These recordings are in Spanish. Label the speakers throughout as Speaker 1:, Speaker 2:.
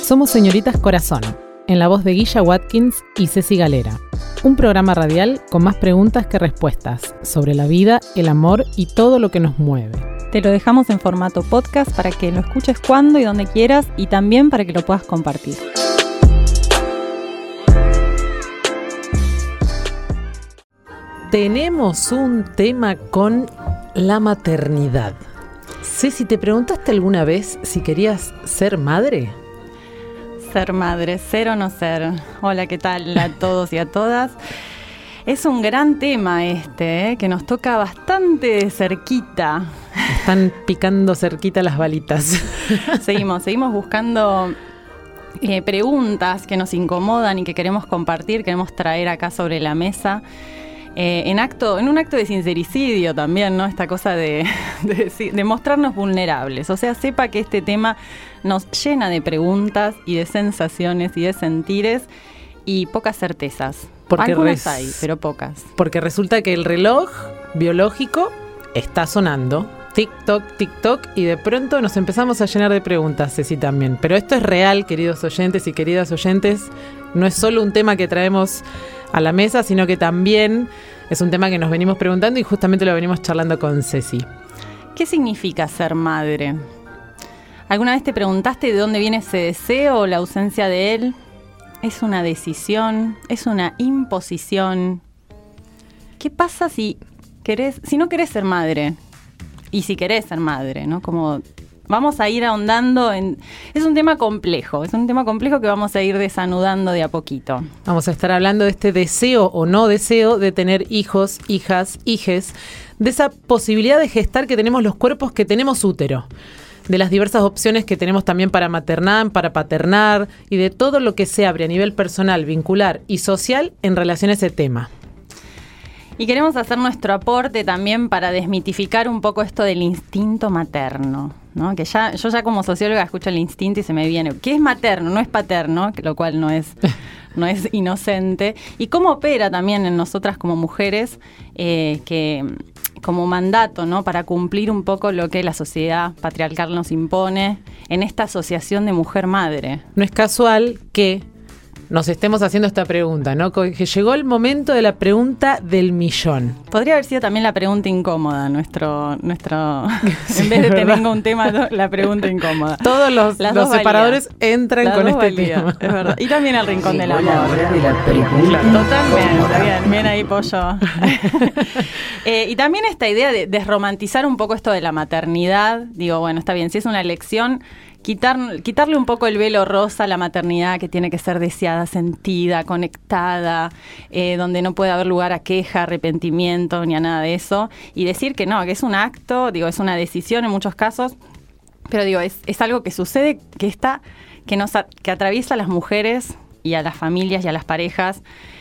Speaker 1: Somos Señoritas Corazón, en la voz de Guilla Watkins y Ceci Galera. Un programa radial con más preguntas que respuestas sobre la vida, el amor y todo lo que nos mueve.
Speaker 2: Te lo dejamos en formato podcast para que lo escuches cuando y donde quieras y también para que lo puedas compartir.
Speaker 1: Tenemos un tema con la maternidad. Ceci, ¿te preguntaste alguna vez si querías ser madre?
Speaker 2: Ser madre, ser o no ser. Hola, ¿qué tal a todos y a todas? Es un gran tema que nos toca bastante cerquita.
Speaker 1: Están picando cerquita las balitas.
Speaker 2: Seguimos buscando preguntas que nos incomodan y que queremos compartir, queremos traer acá sobre la mesa. En un acto de sincericidio también, ¿no? Esta cosa de mostrarnos vulnerables. O sea, sepa que este tema nos llena de preguntas y de sensaciones y de sentires y pocas certezas. Algunas hay, pero pocas.
Speaker 1: Porque resulta que el reloj biológico está sonando. TikTok, y de pronto nos empezamos a llenar de preguntas, Ceci, también. Pero esto es real, queridos oyentes y queridas oyentes. No es solo un tema que traemos a la mesa, sino que también es un tema que nos venimos preguntando y justamente lo venimos charlando con Ceci.
Speaker 2: ¿Qué significa ser madre? ¿Alguna vez te preguntaste de dónde viene ese deseo o la ausencia de él? ¿Es una decisión? ¿Es una imposición? ¿Qué pasa si no querés ser madre? Y si querés ser madre, ¿no? Como vamos a ir ahondando en... Es un tema complejo que vamos a ir desanudando de a poquito.
Speaker 1: Vamos a estar hablando de este deseo o no deseo de tener hijos, hijas, hijes, de esa posibilidad de gestar que tenemos los cuerpos que tenemos útero, de las diversas opciones que tenemos también para maternar, para paternar y de todo lo que se abre a nivel personal, vincular y social en relación a ese tema.
Speaker 2: Y queremos hacer nuestro aporte también para desmitificar un poco esto del instinto materno, ¿no? Que yo ya como socióloga escucho el instinto y se me viene, ¿qué es materno? No es paterno, lo cual no es inocente. Y cómo opera también en nosotras como mujeres, que como mandato, ¿no? Para cumplir un poco lo que la sociedad patriarcal nos impone en esta asociación de mujer-madre.
Speaker 1: No es casual que nos estemos haciendo esta pregunta, ¿no? Que llegó el momento de la pregunta del millón.
Speaker 2: Podría haber sido también la pregunta incómoda, nuestro sí, en vez de tener un tema, la pregunta incómoda.
Speaker 1: Todos los separadores entran con este tema.
Speaker 2: Es verdad. Y también el rincón del amor.
Speaker 1: Claro.
Speaker 2: Totalmente, bien ahí, pollo. Y también esta idea de desromantizar un poco esto de la maternidad. Digo, bueno, está bien, si es una elección, quitarle un poco el velo rosa a la maternidad, que tiene que ser deseada, sentida, conectada, donde no puede haber lugar a queja, arrepentimiento, ni a nada de eso, y decir que no, que es un acto, es una decisión en muchos casos, pero es algo que sucede, que atraviesa a las mujeres y a las familias y a las parejas,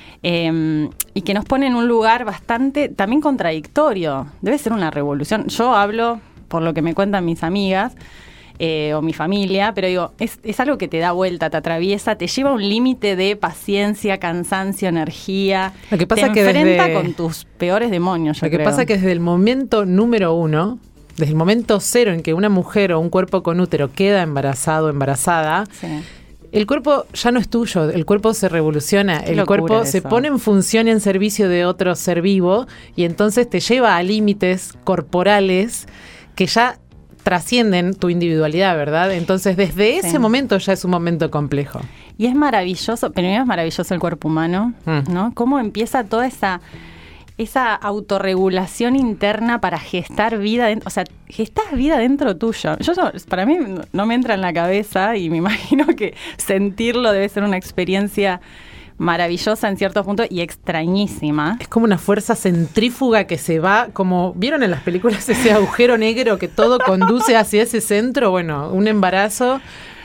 Speaker 2: y que nos pone en un lugar bastante también contradictorio. Debe ser una revolución. Yo hablo por lo que me cuentan mis amigas, o mi familia, pero es algo que te da vuelta, te atraviesa, te lleva a un límite de paciencia, cansancio, energía.
Speaker 1: Lo que pasa
Speaker 2: te enfrenta con tus peores demonios, yo creo.
Speaker 1: Lo que pasa es que desde el momento número 1, desde el momento 0 en que una mujer o un cuerpo con útero queda embarazado o embarazada, sí, el cuerpo ya no es tuyo, el cuerpo se revoluciona, el cuerpo se pone en función y en servicio de otro ser vivo y entonces te lleva a límites corporales que ya trascienden tu individualidad, ¿verdad? Entonces, desde ese momento ya es un momento complejo.
Speaker 2: Y es maravilloso, primero es maravilloso el cuerpo humano, ¿no? Cómo empieza toda esa autorregulación interna para gestar vida dentro, o sea, gestás vida dentro tuyo. Para mí no me entra en la cabeza y me imagino que sentirlo debe ser una experiencia maravillosa en ciertos puntos y extrañísima.
Speaker 1: Es como una fuerza centrífuga que se va, como ¿vieron en las películas ese agujero negro que todo conduce hacia ese centro? Bueno, un embarazo,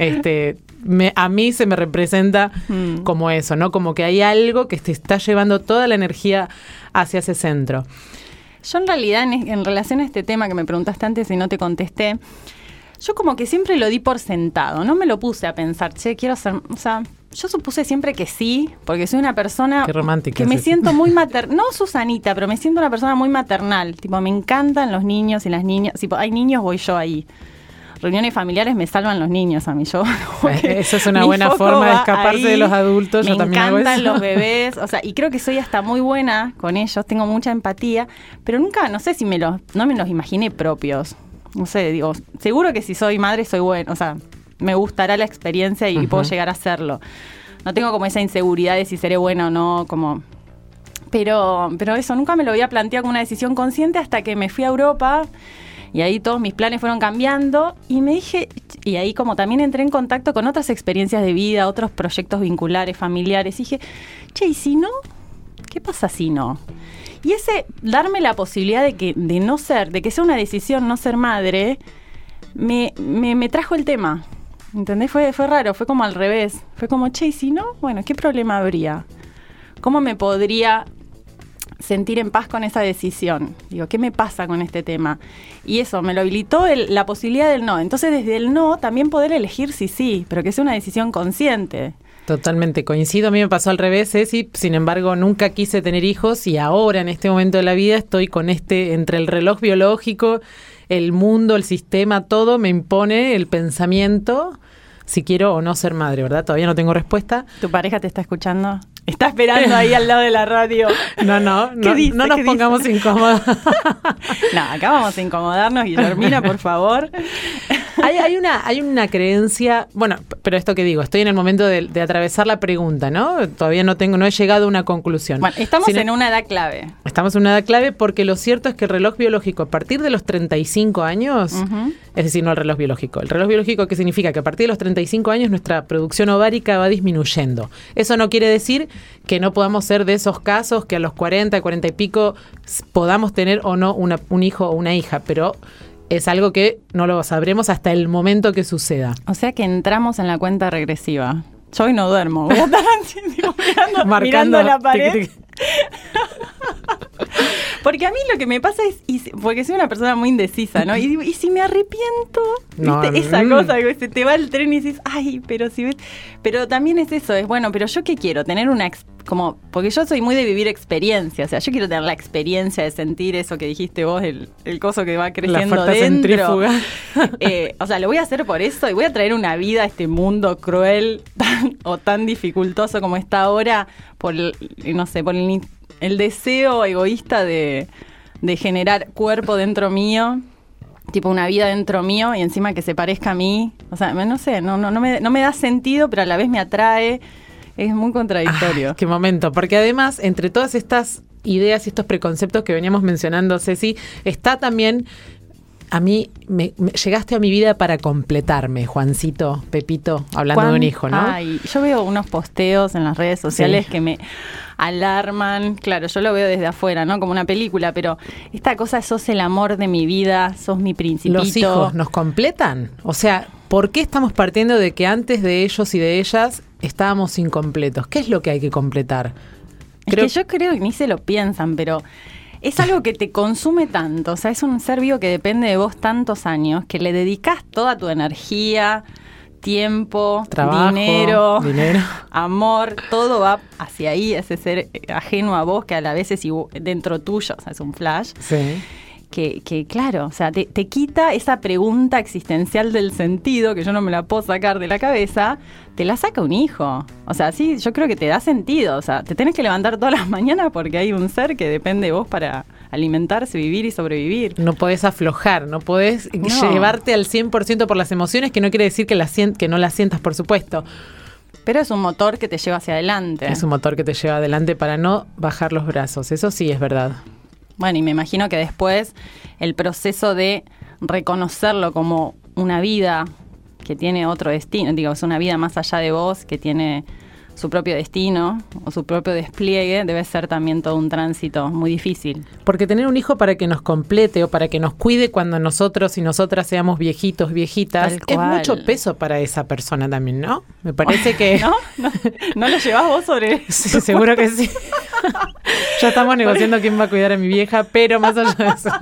Speaker 1: a mí se me representa como eso, ¿no? Como que hay algo que te está llevando toda la energía hacia ese centro.
Speaker 2: Yo en realidad, en relación a este tema que me preguntaste antes y no te contesté, yo como que siempre lo di por sentado, no me lo puse a pensar, quiero ser, o sea, yo supuse siempre que sí, porque soy una persona que me siento muy maternal, no Susanita, pero me siento una persona muy maternal, tipo, me encantan los niños y las niñas, si hay niños voy yo ahí. reuniones familiares me salvan los niños a mí. Yo
Speaker 1: eso es una buena forma de escaparse de los adultos.
Speaker 2: Me
Speaker 1: yo también
Speaker 2: encantan los bebés, o sea, y creo que soy hasta muy buena con ellos, tengo mucha empatía, pero nunca, no sé si no me los imaginé propios. No sé, digo, seguro que si soy madre soy buena, o sea, me gustará la experiencia y puedo llegar a hacerlo. No tengo como esa inseguridad de si seré buena o no, como... Pero eso, nunca me lo había planteado como una decisión consciente hasta que me fui a Europa y ahí todos mis planes fueron cambiando y me dije, y ahí como también entré en contacto con otras experiencias de vida, otros proyectos vinculares, familiares, y dije, che, ¿y si no? ¿Qué pasa si no? Y ese, darme la posibilidad de que sea una decisión no ser madre, me trajo el tema, ¿entendés? Fue raro, fue como al revés, fue como, che, ¿y si no? Bueno, ¿qué problema habría? ¿Cómo me podría sentir en paz con esa decisión? Digo, ¿qué me pasa con este tema? Y eso, me lo habilitó la posibilidad del no. Entonces, desde el no, también poder elegir sí, pero que sea una decisión consciente.
Speaker 1: Totalmente, coincido. A mí me pasó al revés, Ceci. Sin embargo, nunca quise tener hijos y ahora, en este momento de la vida, estoy con entre el reloj biológico, el mundo, el sistema, todo me impone el pensamiento si quiero o no ser madre, ¿verdad? Todavía no tengo respuesta.
Speaker 2: ¿Tu pareja te está escuchando? Está esperando ahí al lado de la radio.
Speaker 1: No nos pongamos incómodos.
Speaker 2: No, acá vamos a incomodarnos, Guillermina, por favor.
Speaker 1: Hay una creencia, bueno, pero esto que digo, estoy en el momento de atravesar la pregunta, ¿no? Todavía no he llegado a una conclusión.
Speaker 2: Bueno, estamos en una edad clave.
Speaker 1: Estamos en una edad clave porque lo cierto es que el reloj biológico, a partir de los 35 años, es decir, no el reloj biológico. El reloj biológico, ¿qué significa? Que a partir de los 35 años nuestra producción ovárica va disminuyendo. Eso no quiere decir que no podamos ser de esos casos que a los 40 y pico podamos tener o no un hijo o una hija, pero es algo que no lo sabremos hasta el momento que suceda.
Speaker 2: O sea que entramos en la cuenta regresiva. Yo hoy no duermo, voy a estar mirando la pared. Porque a mí lo que me pasa es, porque soy una persona muy indecisa, ¿no? Y si me arrepiento, ¿viste? Esa cosa que se te va el tren y dices, ay, pero si ves. Pero también es eso, es bueno, pero yo qué quiero, tener porque yo soy muy de vivir experiencia, o sea, yo quiero tener la experiencia de sentir eso que dijiste vos, el coso que va creciendo
Speaker 1: la
Speaker 2: dentro. O sea, lo voy a hacer por eso y voy a traer una vida a este mundo cruel tan dificultoso como está ahora por el deseo egoísta de generar cuerpo dentro mío, tipo una vida dentro mío y encima que se parezca a mí. O sea, no sé, no me da sentido, pero a la vez me atrae. Es muy contradictorio.
Speaker 1: Qué momento, porque además, entre todas estas ideas y estos preconceptos que veníamos mencionando, Ceci, está también... A mí, llegaste a mi vida para completarme, Juancito, Pepito, hablando de un hijo, ¿no?
Speaker 2: Ay, yo veo unos posteos en las redes sociales que me alarman. Claro, yo lo veo desde afuera, ¿no? Como una película, pero esta cosa, sos el amor de mi vida, sos mi principito.
Speaker 1: ¿Los hijos nos completan? O sea, ¿por qué estamos partiendo de que antes de ellos y de ellas estábamos incompletos? ¿Qué es lo que hay que completar?
Speaker 2: Yo creo que ni se lo piensan, pero... Es algo que te consume tanto, o sea, es un ser vivo que depende de vos tantos años, que le dedicás toda tu energía, tiempo,
Speaker 1: trabajo,
Speaker 2: dinero, amor, todo va hacia ahí, ese ser ajeno a vos que a la vez es dentro tuyo, o sea, es un flash.
Speaker 1: Sí.
Speaker 2: Que claro, o sea, te quita esa pregunta existencial del sentido, que yo no me la puedo sacar de la cabeza, te la saca un hijo. O sea, sí, yo creo que te da sentido. O sea, te tenés que levantar todas las mañanas porque hay un ser que depende de vos para alimentarse, vivir y sobrevivir.
Speaker 1: No podés aflojar, no podés llevarte al 100% por las emociones, que no quiere decir que no las sientas, por supuesto.
Speaker 2: Pero es un motor que te lleva hacia adelante.
Speaker 1: Es un motor que te lleva adelante para no bajar los brazos. Eso sí es verdad.
Speaker 2: Bueno, y me imagino que después el proceso de reconocerlo como una vida que tiene otro destino, digo, es una vida más allá de vos, que tiene su propio destino o su propio despliegue, debe ser también todo un tránsito muy difícil.
Speaker 1: Porque tener un hijo para que nos complete o para que nos cuide cuando nosotros y nosotras seamos viejitos, viejitas, es mucho peso para esa persona también, ¿no? Me parece que...
Speaker 2: ¿No lo llevas vos sobre...?
Speaker 1: Sí, seguro que sí. Ya estamos negociando quién va a cuidar a mi vieja, pero más allá de eso...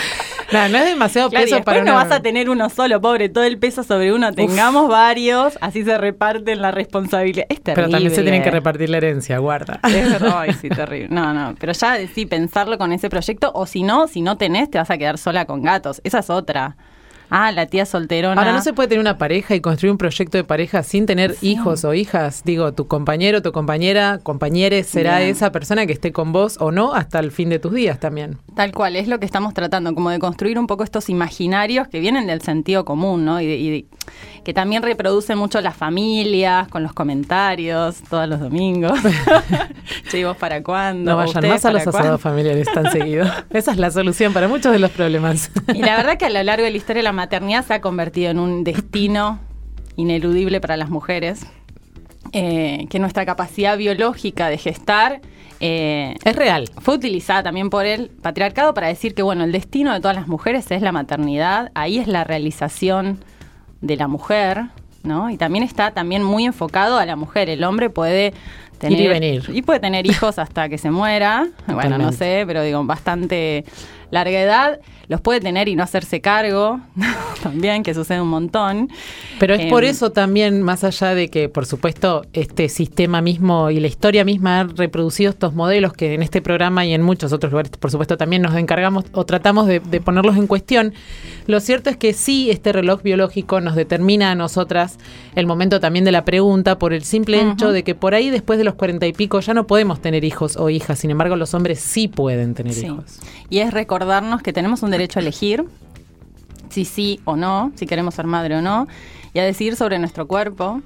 Speaker 1: No es demasiado peso para
Speaker 2: no vas a tener uno solo, pobre, todo el peso sobre uno, tengamos varios, así se reparten la responsabilidad. Es terrible.
Speaker 1: Pero también se tienen que repartir la herencia, guarda.
Speaker 2: Es verdad, ay, sí, terrible. No, pero ya sí, pensarlo con ese proyecto, o si no tenés, te vas a quedar sola con gatos. Esa es otra. La tía solterona.
Speaker 1: Ahora, ¿no se puede tener una pareja y construir un proyecto de pareja sin tener hijos o hijas? Digo, tu compañero, tu compañere será esa persona que esté con vos o no hasta el fin de tus días también.
Speaker 2: Tal cual, es lo que estamos tratando, como de construir un poco estos imaginarios que vienen del sentido común, ¿no? Y que también reproducen mucho las familias, con los comentarios, todos los domingos. Che, ¿y vos para cuándo?
Speaker 1: No vayan más a los asados familiares tan seguido. Esa es la solución para muchos de los problemas.
Speaker 2: Y la verdad que a lo largo de la historia de la maternidad se ha convertido en un destino ineludible para las mujeres, que nuestra capacidad biológica de gestar
Speaker 1: es real.
Speaker 2: Fue utilizada también por el patriarcado para decir que, bueno, el destino de todas las mujeres es la maternidad, ahí es la realización de la mujer, ¿no? Y también está muy enfocado a la mujer. El hombre puede tener,
Speaker 1: ir y venir.
Speaker 2: Y puede tener hijos hasta que se muera. Totalmente. Bueno, no sé, pero digo, bastante larga edad. Los puede tener y no hacerse cargo, también, que sucede un montón.
Speaker 1: Pero es por eso también, más allá de que, por supuesto, este sistema mismo y la historia misma ha reproducido estos modelos que en este programa y en muchos otros lugares, por supuesto, también nos encargamos o tratamos de ponerlos en cuestión. Lo cierto es que sí, este reloj biológico nos determina a nosotras el momento también de la pregunta por el simple hecho de que por ahí después de los 40 y pico ya no podemos tener hijos o hijas. Sin embargo, los hombres sí pueden tener hijos.
Speaker 2: Y es recordarnos que tenemos un derecho a elegir si sí o no, si queremos ser madre o no, y a decidir sobre nuestro cuerpo,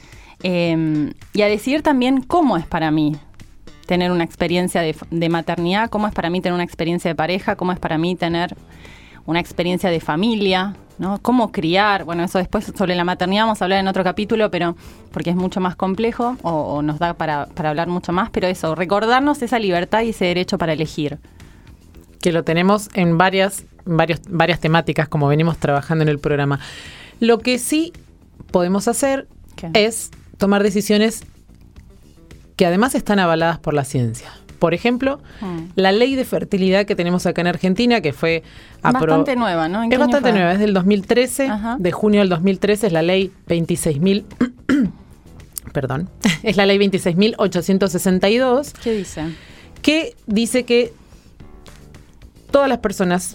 Speaker 2: y a decidir también cómo es para mí tener una experiencia de maternidad, cómo es para mí tener una experiencia de pareja, cómo es para mí tener una experiencia de familia, ¿no? Cómo criar. Bueno, eso después sobre la maternidad vamos a hablar en otro capítulo, pero porque es mucho más complejo o nos da para hablar mucho más, pero eso, recordarnos esa libertad y ese derecho para elegir.
Speaker 1: Que lo tenemos en varias temáticas, como venimos trabajando en el programa. Lo que sí podemos hacer es tomar decisiones que además están avaladas por la ciencia. Por ejemplo, la ley de fertilidad que tenemos acá en Argentina, que fue
Speaker 2: bastante nueva, ¿no?
Speaker 1: Es bastante nueva, es del 2013, de junio del 2013, es la ley 26.000... Perdón, es la ley 26.862.
Speaker 2: ¿Qué dice?
Speaker 1: Que dice que todas las personas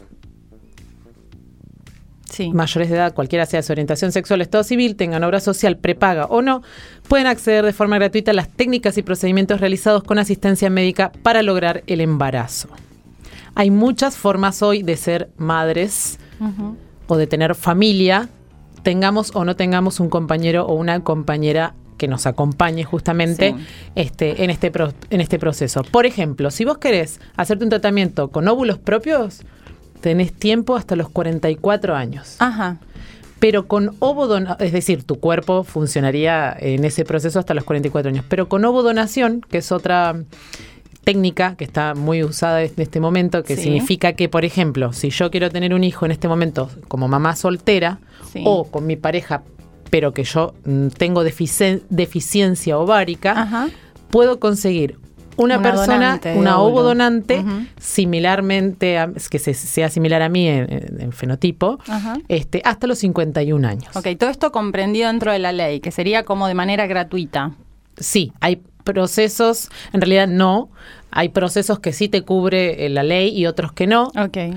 Speaker 1: mayores de edad, cualquiera sea su orientación sexual, estado civil, tengan obra social prepaga o no, pueden acceder de forma gratuita a las técnicas y procedimientos realizados con asistencia médica para lograr el embarazo. Hay muchas formas hoy de ser madres o de tener familia, tengamos o no tengamos un compañero o una compañera que nos acompañe justamente en este proceso. Por ejemplo, si vos querés hacerte un tratamiento con óvulos propios, tenés tiempo hasta los 44 años.
Speaker 2: Ajá.
Speaker 1: Pero con ovodonación, es decir, tu cuerpo funcionaría en ese proceso hasta los 44 años. Pero con ovodonación, que es otra técnica que está muy usada en este momento, que significa que, por ejemplo, si yo quiero tener un hijo en este momento como mamá soltera o con mi pareja, pero que yo tengo deficiencia ovárica, puedo conseguir una persona, una ovodonante, similarmente, que sea similar a mí en fenotipo, hasta los 51 años.
Speaker 2: Ok, todo esto comprendido dentro de la ley, que sería como de manera gratuita.
Speaker 1: Sí, hay procesos, en realidad no, hay procesos que sí te cubre la ley y otros que no.
Speaker 2: Okay.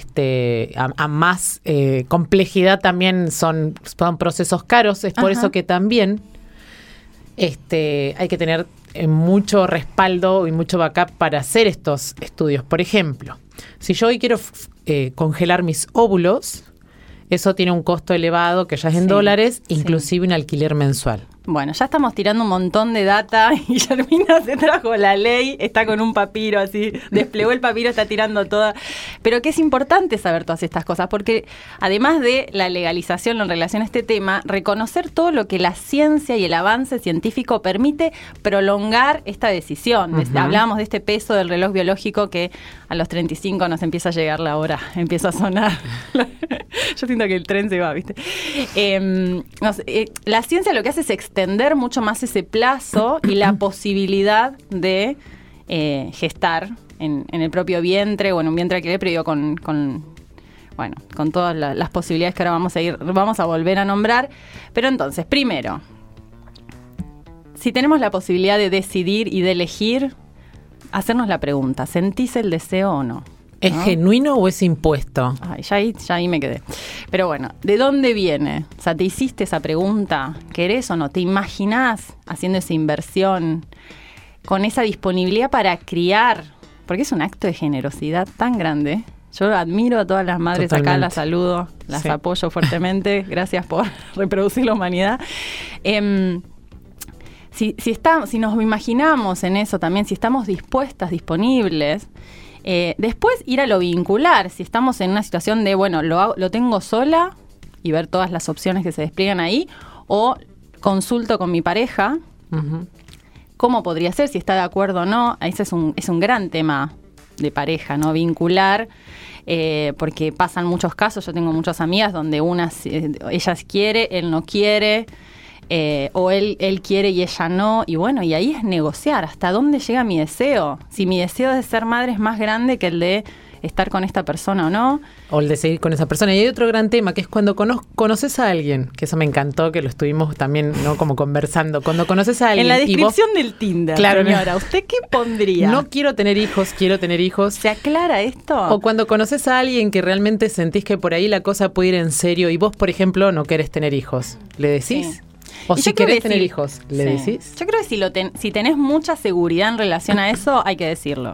Speaker 1: A más complejidad también son procesos caros, es por eso que también hay que tener mucho respaldo y mucho backup para hacer estos estudios. Por ejemplo, si yo hoy quiero congelar mis óvulos, eso tiene un costo elevado que ya es en dólares, inclusive un alquiler mensual.
Speaker 2: Bueno, ya estamos tirando un montón de data y Germina se trajo la ley, está con un papiro así, desplegó el papiro, está tirando toda. Pero que es importante saber todas estas cosas, porque además de la legalización en relación a este tema, reconocer todo lo que la ciencia y el avance científico permite prolongar esta decisión. Hablábamos de este peso del reloj biológico que a los 35 nos empieza a llegar la hora, empieza a sonar. Yo siento que el tren se va, ¿viste? La ciencia lo que hace es extender mucho más ese plazo y la posibilidad de gestar en el propio vientre o en un vientre alquiler, pero digo con todas las posibilidades que ahora vamos a volver a nombrar. Pero entonces, primero, si tenemos la posibilidad de decidir y de elegir, hacernos la pregunta, ¿sentís el deseo o no?
Speaker 1: ¿Es genuino o es impuesto?
Speaker 2: Ay, ya ahí me quedé. Pero bueno, ¿de dónde viene? O sea, ¿te hiciste esa pregunta? ¿Querés o no? ¿Te imaginás haciendo esa inversión con esa disponibilidad para criar? Porque es un acto de generosidad tan grande. Yo admiro a todas las madres. Totalmente. Acá, las saludo, las apoyo fuertemente. Gracias por reproducir la humanidad. Si nos imaginamos en eso también, si estamos dispuestas, disponibles, después ir a lo vincular, si estamos en una situación de, bueno, lo tengo sola y ver todas las opciones que se despliegan ahí, o consulto con mi pareja, cómo podría ser, si está de acuerdo o no. Ese es un gran tema de pareja, ¿no? Vincular, porque pasan muchos casos. Yo tengo muchas amigas donde ella quiere, él no quiere, o él quiere y ella no, y bueno, y ahí es negociar hasta dónde llega mi deseo, si mi deseo de ser madre es más grande que el de estar con esta persona o no.
Speaker 1: O el de seguir con esa persona. Y hay otro gran tema, que es cuando conoces a alguien, que eso me encantó, que lo estuvimos también, ¿no?, como conversando. Cuando conoces a alguien...
Speaker 2: En la descripción del Tinder,
Speaker 1: claro,
Speaker 2: señora, ¿usted qué pondría?
Speaker 1: No quiero tener hijos, quiero tener hijos.
Speaker 2: ¿Se aclara esto?
Speaker 1: O cuando conoces a alguien que realmente sentís que por ahí la cosa puede ir en serio y vos, por ejemplo, no querés tener hijos. ¿Le decís? Sí. O si querés tener hijos, ¿le decís?
Speaker 2: Yo creo que si tenés mucha seguridad en relación a eso, hay que decirlo.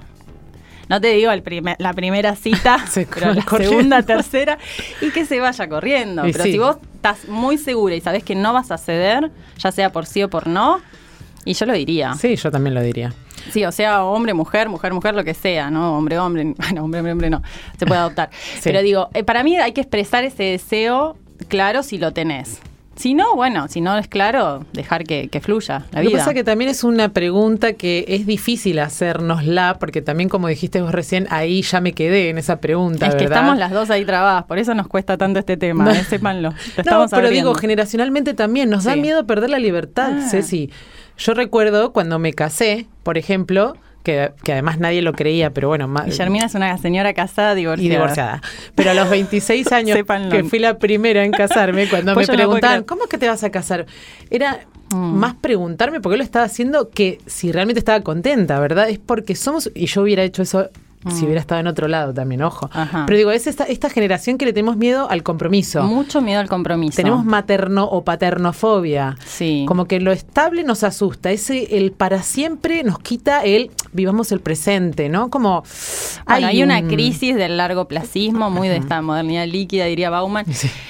Speaker 2: No te digo la primera cita, pero la segunda, tercera, y que se vaya corriendo. Pero si vos estás muy segura y sabés que no vas a ceder, ya sea por sí o por no, y yo lo diría.
Speaker 1: Sí, yo también lo diría.
Speaker 2: Sí, o sea, hombre, mujer, lo que sea, ¿no? Hombre, bueno, hombre, no, se puede adoptar. Pero digo, para mí hay que expresar ese deseo claro si lo tenés. Si no, bueno, si no es claro, dejar que fluya la vida.
Speaker 1: Lo que pasa es que también es una pregunta que es difícil hacérnosla, porque también, como dijiste vos recién, ahí ya me quedé en esa pregunta,
Speaker 2: Es que
Speaker 1: ¿verdad?
Speaker 2: estamos las dos ahí trabadas, por eso nos cuesta tanto este tema, sépanlo.
Speaker 1: No, pero digo, generacionalmente también nos da miedo perder la libertad, Ceci. Yo recuerdo cuando me casé, por ejemplo... Que además nadie lo creía, pero bueno...
Speaker 2: Guillermina es una señora casada, divorciada.
Speaker 1: Y divorciada. Pero a los 26 años, que fui la primera en casarme, cuando me preguntaban, ¿cómo es que te vas a casar? Era más preguntarme por qué lo estaba haciendo que si realmente estaba contenta, ¿verdad? Es porque somos... Y yo hubiera hecho eso... Si hubiera estado en otro lado también, ojo. Ajá. Pero digo, es esta generación que le tenemos miedo al compromiso.
Speaker 2: Mucho miedo al compromiso.
Speaker 1: Tenemos materno o paternofobia.
Speaker 2: Sí.
Speaker 1: Como que lo estable nos asusta. El para siempre nos quita vivamos el presente, ¿no? Como...
Speaker 2: Bueno, hay una crisis del largoplacismo, muy de esta modernidad líquida, diría Bauman,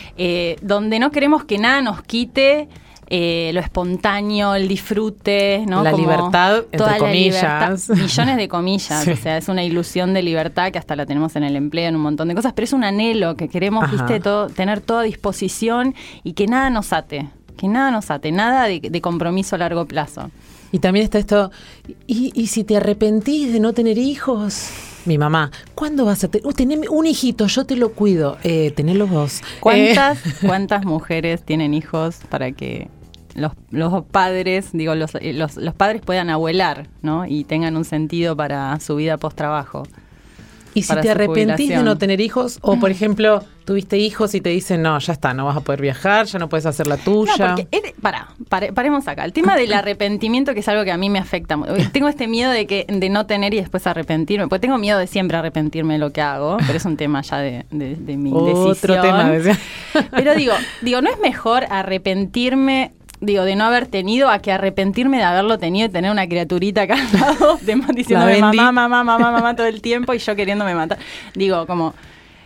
Speaker 2: donde no queremos que nada nos quite... lo espontáneo, el disfrute, ¿no?
Speaker 1: La
Speaker 2: como
Speaker 1: libertad, entre comillas.
Speaker 2: Millones de comillas, o sea, es una ilusión de libertad que hasta la tenemos en el empleo, en un montón de cosas, pero es un anhelo que queremos, viste, tener todo a disposición y que nada nos ate, nada de compromiso a largo plazo.
Speaker 1: Y también está esto, ¿y si te arrepentís de no tener hijos? Mi mamá, ¿cuándo vas a tener un hijito? Yo te lo cuido. Tenés vos.
Speaker 2: ¿Cuántas mujeres tienen hijos para que los padres, digo, los padres puedan abuelar, ¿no? Y tengan un sentido para su vida post-trabajo?
Speaker 1: Y si te arrepentís de no tener hijos, o por ejemplo, tuviste hijos y te dicen, no, ya está, no vas a poder viajar, ya no puedes hacer la tuya.
Speaker 2: No, porque, paremos acá. El tema del arrepentimiento, que es algo que a mí me afecta. Tengo este miedo de no tener y después arrepentirme, porque tengo miedo de siempre arrepentirme de lo que hago, pero es un tema ya de mi decisión.
Speaker 1: Otro tema.
Speaker 2: Pero digo, ¿no es mejor arrepentirme de no haber tenido a que arrepentirme de haberlo tenido y tener una criaturita acá al lado, diciéndome mamá todo el tiempo y yo queriéndome matar? Digo, como,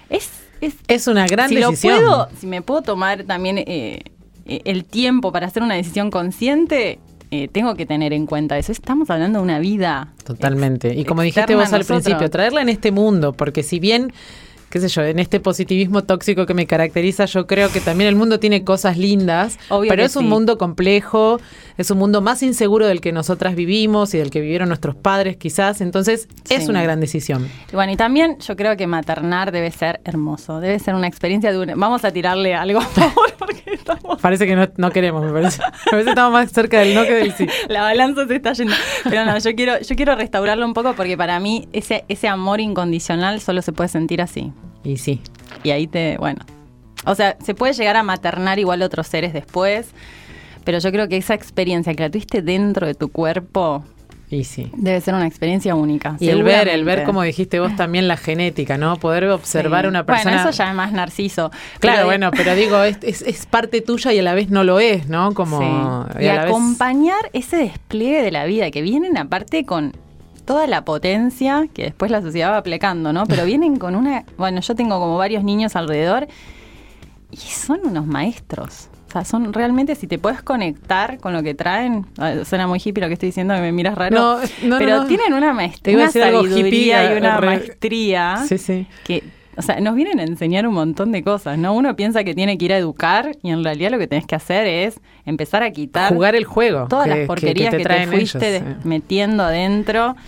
Speaker 1: es una gran decisión.
Speaker 2: Si me puedo tomar también el tiempo para hacer una decisión consciente, tengo que tener en cuenta eso. Estamos hablando de una vida.
Speaker 1: Totalmente. Y como dijiste vos al principio, traerla en este mundo, porque si bien... qué sé yo, en este positivismo tóxico que me caracteriza, yo creo que también el mundo tiene cosas lindas, pero es un mundo complejo, es un mundo más inseguro del que nosotras vivimos y del que vivieron nuestros padres quizás, entonces es una gran decisión.
Speaker 2: Y bueno, y también yo creo que maternar debe ser hermoso, debe ser una experiencia vamos a tirarle algo a favor porque estamos...
Speaker 1: Parece que no queremos, me parece. A veces estamos más cerca del no que del sí.
Speaker 2: La balanza se está yendo. Pero no, yo quiero restaurarlo un poco porque para mí ese amor incondicional solo se puede sentir así.
Speaker 1: Y sí.
Speaker 2: Y ahí o sea, se puede llegar a maternar igual a otros seres después, pero yo creo que esa experiencia que la tuviste dentro de tu cuerpo
Speaker 1: Y sí.
Speaker 2: Debe ser una experiencia única.
Speaker 1: Y el ver, como dijiste vos también, la genética, ¿no? Poder observar a una persona.
Speaker 2: Bueno, eso ya es más narciso.
Speaker 1: Claro, pero digo, es parte tuya y a la vez no lo es, ¿no? Como
Speaker 2: sí. Y acompañar ese despliegue de la vida, que vienen aparte con toda la potencia que después la sociedad va aplicando, ¿no? Pero vienen con una... Bueno, yo tengo como varios niños alrededor y son unos maestros. O sea, son realmente, si te puedes conectar con lo que traen, suena muy hippie lo que estoy diciendo, que me miras raro, pero tienen una maestría, una sabiduría y una maestría que, o sea, nos vienen a enseñar un montón de cosas, ¿no? Uno piensa que tiene que ir a educar y en realidad lo que tenés que hacer es empezar a quitar...
Speaker 1: Jugar el juego.
Speaker 2: Todas las porquerías que te fuiste metiendo adentro.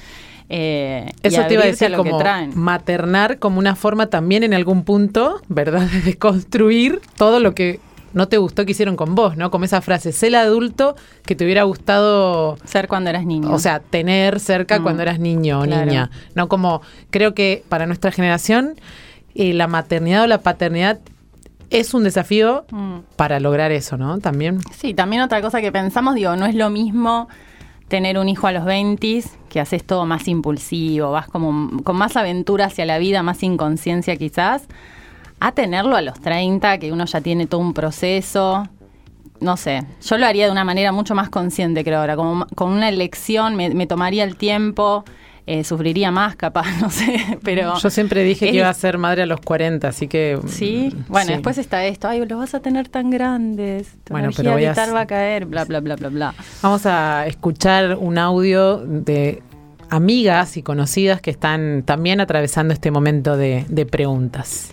Speaker 1: Eso te iba a decir, como maternar como una forma también en algún punto, ¿verdad? De construir todo lo que no te gustó que hicieron con vos, ¿no? Como esa frase, sé el adulto que te hubiera gustado
Speaker 2: ser cuando eras niño.
Speaker 1: O sea, tener cerca cuando eras niño o niña. No, como creo que para nuestra generación la maternidad o la paternidad es un desafío para lograr eso, ¿no? También.
Speaker 2: Sí, también otra cosa que pensamos, no es lo mismo tener un hijo a los 20, que haces todo más impulsivo, vas como con más aventura hacia la vida, más inconsciencia quizás, a tenerlo a los 30, que uno ya tiene todo un proceso. No sé, yo lo haría de una manera mucho más consciente, creo ahora, como con una elección, me tomaría el tiempo, sufriría más capaz, no sé, pero...
Speaker 1: Yo siempre dije que iba a ser madre a los 40, así que...
Speaker 2: Sí, bueno, después está esto, los vas a tener tan grandes, tu energía vital va a caer, bla, bla, bla, bla, bla.
Speaker 1: Vamos a escuchar un audio de amigas y conocidas que están también atravesando este momento de preguntas.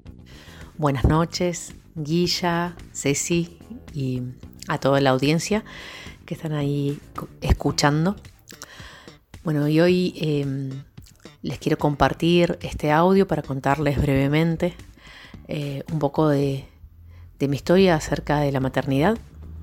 Speaker 3: Buenas noches, Guilla, Ceci y a toda la audiencia que están ahí escuchando. Bueno, y hoy les quiero compartir este audio para contarles brevemente un poco de mi historia acerca de la maternidad.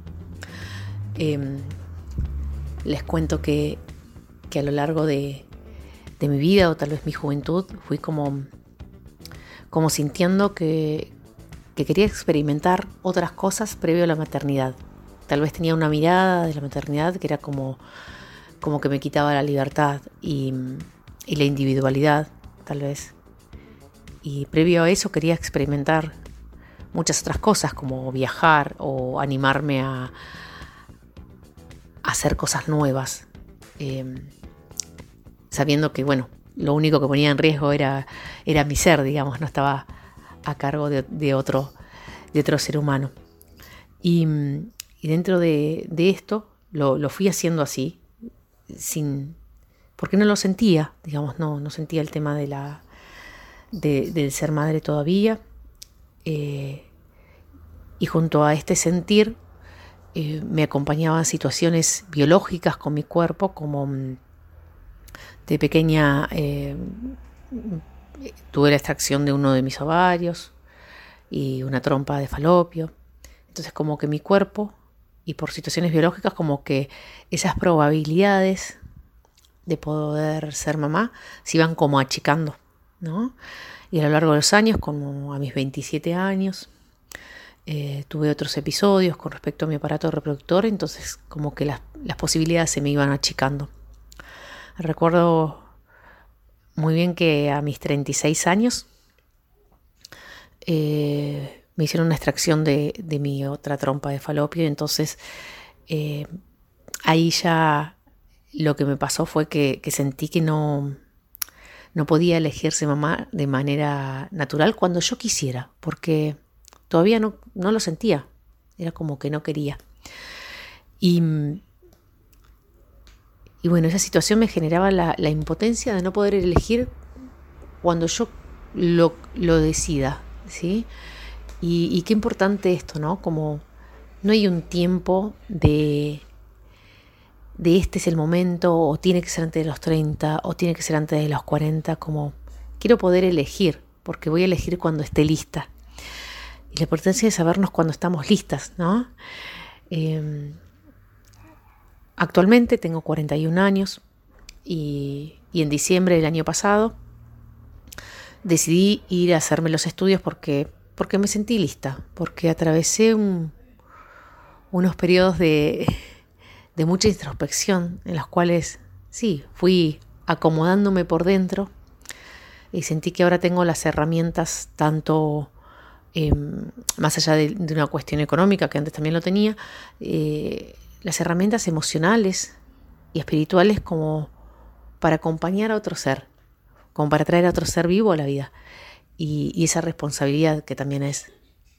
Speaker 3: Les cuento que a lo largo de mi vida o tal vez mi juventud fui como sintiendo que quería experimentar otras cosas previo a la maternidad. Tal vez tenía una mirada de la maternidad que era como que me quitaba la libertad y la individualidad, tal vez. Y previo a eso quería experimentar muchas otras cosas, como viajar o animarme a hacer cosas nuevas, sabiendo que, bueno, lo único que ponía en riesgo era mi ser, digamos, no estaba a cargo de otro ser humano. Y dentro de esto lo fui haciendo así, porque no lo sentía, digamos, no sentía el tema del ser madre todavía. Y junto a este sentir me acompañaban situaciones biológicas con mi cuerpo, como de pequeña tuve la extracción de uno de mis ovarios y una trompa de falopio. Entonces como que mi cuerpo, y por situaciones biológicas, como que esas probabilidades de poder ser mamá se iban como achicando, ¿no? Y a lo largo de los años, como a mis 27 años, tuve otros episodios con respecto a mi aparato reproductor, entonces como que las posibilidades se me iban achicando. Recuerdo muy bien que a mis 36 años me hicieron una extracción de mi otra trompa de falopio, y entonces ahí ya lo que me pasó fue que sentí que no podía elegirse mamá de manera natural cuando yo quisiera, porque todavía no lo sentía, era como que no quería. Y bueno, esa situación me generaba la impotencia de no poder elegir cuando yo lo decida, ¿sí? Y qué importante esto, ¿no? Como no hay un tiempo de este es el momento, o tiene que ser antes de los 30, o tiene que ser antes de los 40, como quiero poder elegir, porque voy a elegir cuando esté lista. Y la importancia de sabernos cuando estamos listas, ¿no? Actualmente tengo 41 años y en diciembre del año pasado decidí ir a hacerme los estudios porque me sentí lista, porque atravesé unos periodos de mucha introspección en los cuales sí, fui acomodándome por dentro y sentí que ahora tengo las herramientas tanto más allá de una cuestión económica, que antes también lo tenía, las herramientas emocionales y espirituales como para acompañar a otro ser, como para traer a otro ser vivo a la vida, y esa responsabilidad que también es.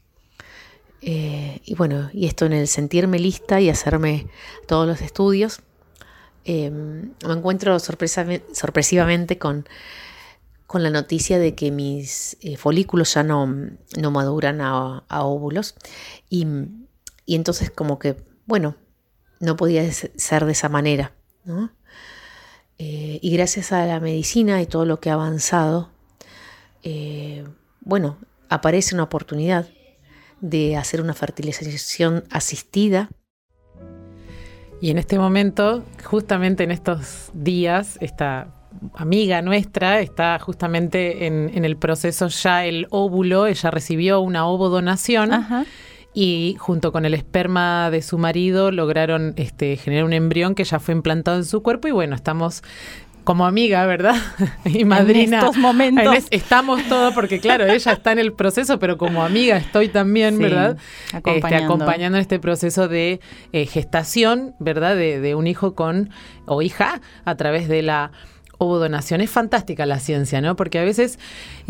Speaker 3: Y bueno, y esto en el sentirme lista y hacerme todos los estudios, me encuentro sorpresivamente con la noticia de que mis folículos ya no maduran a óvulos, y entonces como que, bueno, no podía ser de esa manera, ¿no? Y gracias a la medicina y todo lo que ha avanzado, bueno, aparece una oportunidad de hacer una fertilización asistida.
Speaker 1: Y en este momento, justamente en estos días, esta amiga nuestra está justamente en el proceso, ya el óvulo, ella recibió una ovodonación. Ajá. Y junto con el esperma de su marido lograron generar un embrión que ya fue implantado en su cuerpo, y bueno, estamos como amiga, ¿verdad? Y madrina.
Speaker 2: En estos momentos.
Speaker 1: Estamos todos, porque claro, ella está en el proceso, pero como amiga estoy también, sí, ¿verdad? Acompañando en este proceso de gestación, ¿verdad? De un hijo o hija a través de la ovodonación. Es fantástica la ciencia, ¿no? Porque a veces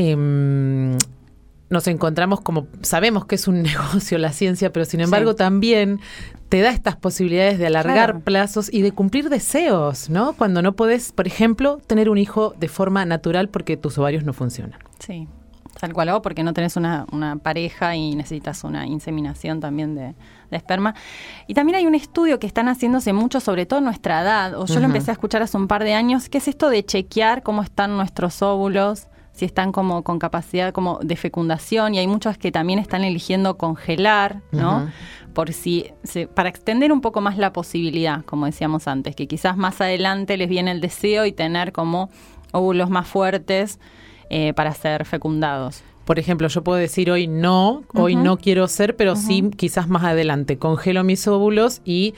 Speaker 1: nos encontramos como, sabemos que es un negocio la ciencia, pero sin embargo también te da estas posibilidades de alargar plazos y de cumplir deseos, ¿no? Cuando no podés, por ejemplo, tener un hijo de forma natural porque tus ovarios no funcionan.
Speaker 2: Sí, tal cual, o porque no tenés una pareja y necesitas una inseminación también de esperma. Y también hay un estudio que están haciéndose mucho, sobre todo en nuestra edad, o yo lo empecé a escuchar hace un par de años, que es esto de chequear cómo están nuestros óvulos, si están como con capacidad como de fecundación, y hay muchos que también están eligiendo congelar, ¿no? Por para extender un poco más la posibilidad, como decíamos antes, que quizás más adelante les viene el deseo y tener como óvulos más fuertes para ser fecundados.
Speaker 1: Por ejemplo, yo puedo decir hoy no quiero ser, pero sí quizás más adelante congelo mis óvulos y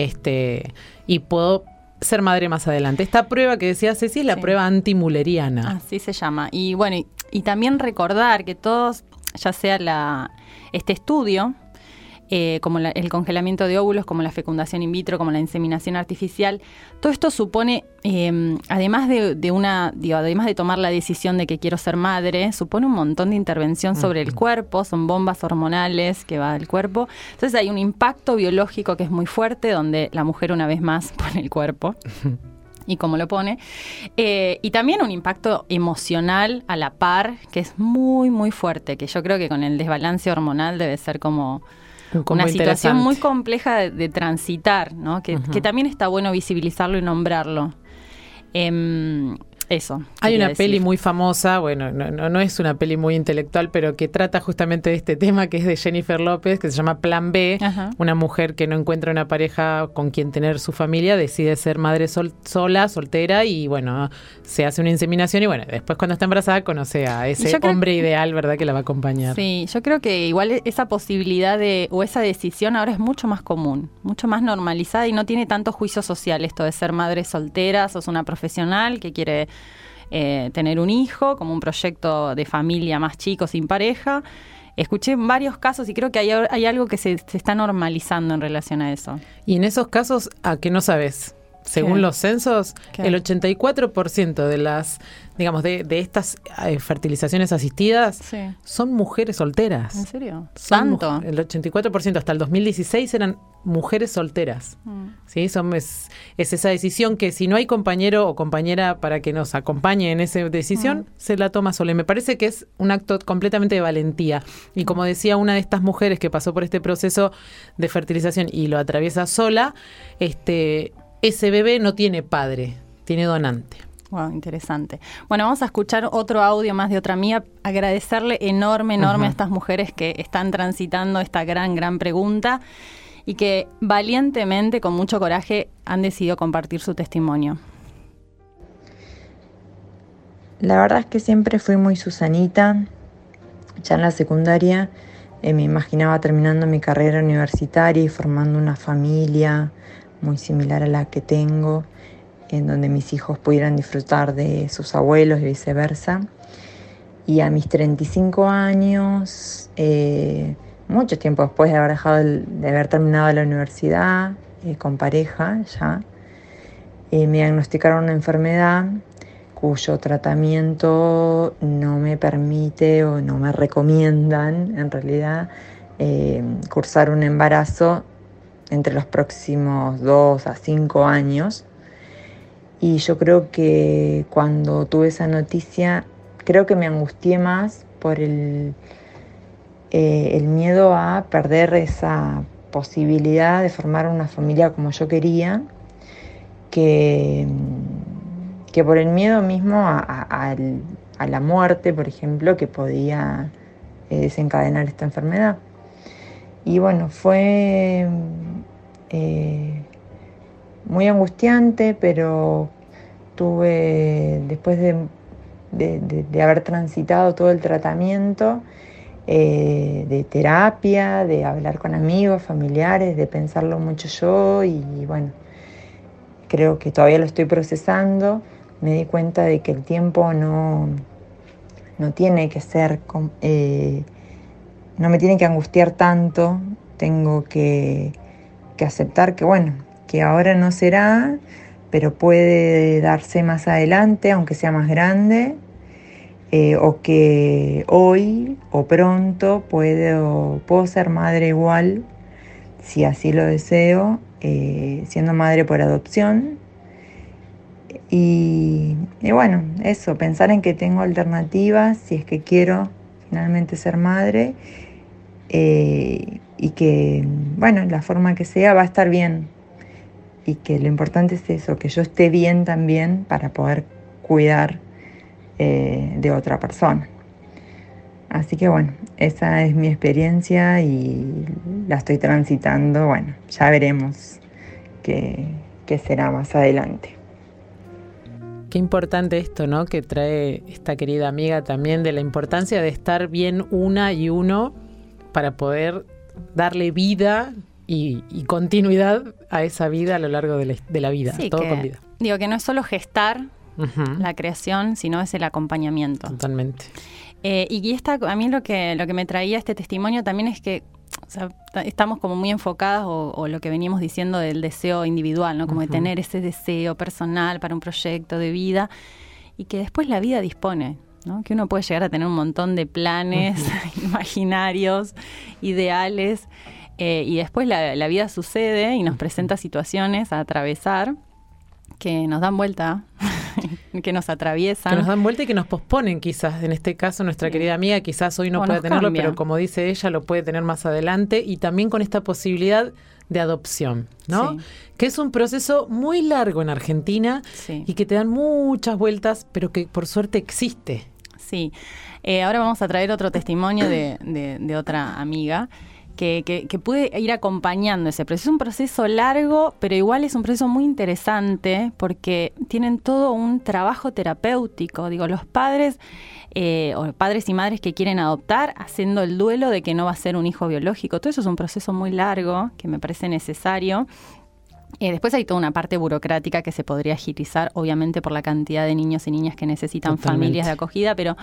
Speaker 1: puedo ser madre más adelante. Esta prueba que decía Ceci es la prueba antimuleriana.
Speaker 2: Así se llama. Y bueno, y también recordar que todos, ya sea este estudio, como el congelamiento de óvulos, como la fecundación in vitro, como la inseminación artificial, todo esto supone, además de tomar la decisión de que quiero ser madre, supone un montón de intervención sobre el cuerpo, son bombas hormonales que va al cuerpo. Entonces hay un impacto biológico que es muy fuerte, donde la mujer una vez más pone el cuerpo. Y cómo lo pone. Y también un impacto emocional a la par, que es muy, muy fuerte, que yo creo que con el desbalance hormonal debe ser como una situación muy compleja de transitar, ¿no? Que también está bueno visibilizarlo y nombrarlo. Eso.
Speaker 1: Hay una peli muy famosa, bueno, no es una peli muy intelectual, pero que trata justamente de este tema, que es de Jennifer López, que se llama Plan B. Ajá. Una mujer que no encuentra una pareja con quien tener su familia, decide ser madre soltera, y bueno, se hace una inseminación, y bueno, después cuando está embarazada conoce a ese hombre ideal, ¿verdad?, que la va a acompañar.
Speaker 2: Sí, yo creo que igual esa posibilidad o esa decisión ahora es mucho más común, mucho más normalizada, y no tiene tanto juicio social esto de ser madre soltera. Sos una profesional que quiere tener un hijo, como un proyecto de familia más chico, sin pareja. Escuché varios casos y creo que hay algo que se está normalizando en relación a eso.
Speaker 1: Y en esos casos, ¿a qué no sabes? Según los censos, el 84% de las, digamos, de estas fertilizaciones asistidas son mujeres solteras.
Speaker 2: ¿En serio? ¿Tanto?
Speaker 1: El 84%, hasta el 2016 eran mujeres solteras. ¿Sí? Es esa decisión que si no hay compañero o compañera para que nos acompañe en esa decisión, se la toma sola. Y me parece que es un acto completamente de valentía. Y como decía una de estas mujeres que pasó por este proceso de fertilización y lo atraviesa sola, ese bebé no tiene padre, tiene donante.
Speaker 2: Wow, interesante. Bueno, vamos a escuchar otro audio más de otra amiga. Agradecerle enorme a estas mujeres que están transitando esta gran pregunta y que valientemente, con mucho coraje, han decidido compartir su testimonio.
Speaker 4: La verdad es que siempre fui muy Susanita. Ya en la secundaria me imaginaba terminando mi carrera universitaria y formando una familia muy similar a la que tengo. en donde mis hijos pudieran disfrutar de sus abuelos y viceversa. Y a mis 35 años, mucho tiempo después de haber terminado la universidad, con pareja ya, me diagnosticaron una enfermedad cuyo tratamiento no me permite o no me recomiendan, en realidad, cursar un embarazo entre los próximos 2 a 5 años. Y yo creo que cuando tuve esa noticia, creo que me angustié más por el miedo a perder esa posibilidad de formar una familia como yo quería, que por el miedo mismo a la muerte, por ejemplo, que podía desencadenar esta enfermedad. Y bueno, fue muy angustiante, pero después de haber transitado todo el tratamiento, de terapia, de hablar con amigos, familiares, de pensarlo mucho yo, y bueno, creo que todavía lo estoy procesando. Me di cuenta de que el tiempo no tiene que ser, no me tiene que angustiar tanto. Tengo que aceptar que bueno, que ahora no será, pero puede darse más adelante, aunque sea más grande, o que hoy o pronto puedo ser madre igual, si así lo deseo, siendo madre por adopción. Y bueno, eso, pensar en que tengo alternativas si es que quiero finalmente ser madre, y que, bueno, la forma que sea va a estar bien, y que lo importante es eso, que yo esté bien también para poder cuidar de otra persona. Así que bueno, esa es mi experiencia y la estoy transitando. Bueno, ya veremos qué será más adelante.
Speaker 1: Qué importante esto, ¿no?, que trae esta querida amiga también, de la importancia de estar bien una y uno para poder darle vida y continuidad a esa vida a lo largo de la vida,
Speaker 2: sí,
Speaker 1: todo con vida.
Speaker 2: Digo que no es solo gestar la creación, sino es el acompañamiento.
Speaker 1: Totalmente.
Speaker 2: Y a mí lo que me traía este testimonio también es que, o sea, estamos como muy enfocadas o lo que veníamos diciendo del deseo individual, ¿no? Como de tener ese deseo personal para un proyecto de vida, y que después la vida dispone, ¿no? Que uno puede llegar a tener un montón de planes imaginarios, ideales, y después la vida sucede y nos presenta situaciones a atravesar que nos dan vuelta, que nos atraviesan.
Speaker 1: Que nos dan vuelta y que nos posponen quizás. En este caso, nuestra querida amiga quizás hoy no puede tenerlo, cambia. Pero como dice ella, lo puede tener más adelante, y también con esta posibilidad de adopción, ¿no? Sí. Que es un proceso muy largo en Argentina, sí, y que te dan muchas vueltas, pero que por suerte existe.
Speaker 2: Sí. Ahora vamos a traer otro testimonio de otra amiga que puede ir acompañando ese proceso. Es un proceso largo, pero igual es un proceso muy interesante porque tienen todo un trabajo terapéutico. Digo, los padres o padres y madres que quieren adoptar, haciendo el duelo de que no va a ser un hijo biológico. Todo eso es un proceso muy largo que me parece necesario. Después hay toda una parte burocrática que se podría agilizar, obviamente por la cantidad de niños y niñas que necesitan familias de acogida, pero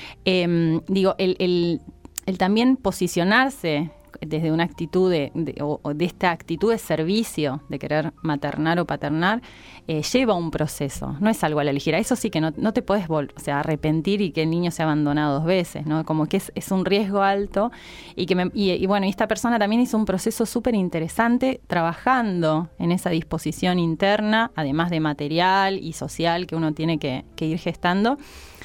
Speaker 2: digo, el también posicionarse desde una actitud de esta actitud de servicio, de querer maternar o paternar, lleva un proceso, no es algo a la ligera. Eso sí que no te puedes arrepentir y que el niño sea abandonado 2 veces, ¿no? Como que es un riesgo alto, y bueno, y esta persona también hizo un proceso súper interesante trabajando en esa disposición interna, además de material y social que uno tiene que ir gestando,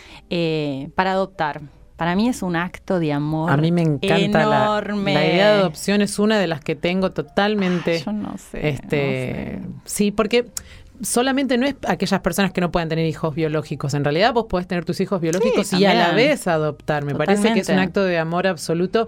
Speaker 2: para adoptar. Para mí es un acto de amor.
Speaker 1: A mí me encanta
Speaker 2: enorme.
Speaker 1: La idea de adopción es una de las que tengo totalmente.
Speaker 2: Yo no sé.
Speaker 1: Sí, porque solamente no es aquellas personas que no puedan tener hijos biológicos. En realidad vos podés tener tus hijos biológicos, sí, y a la vez adoptar. Me parece que es un acto de amor absoluto.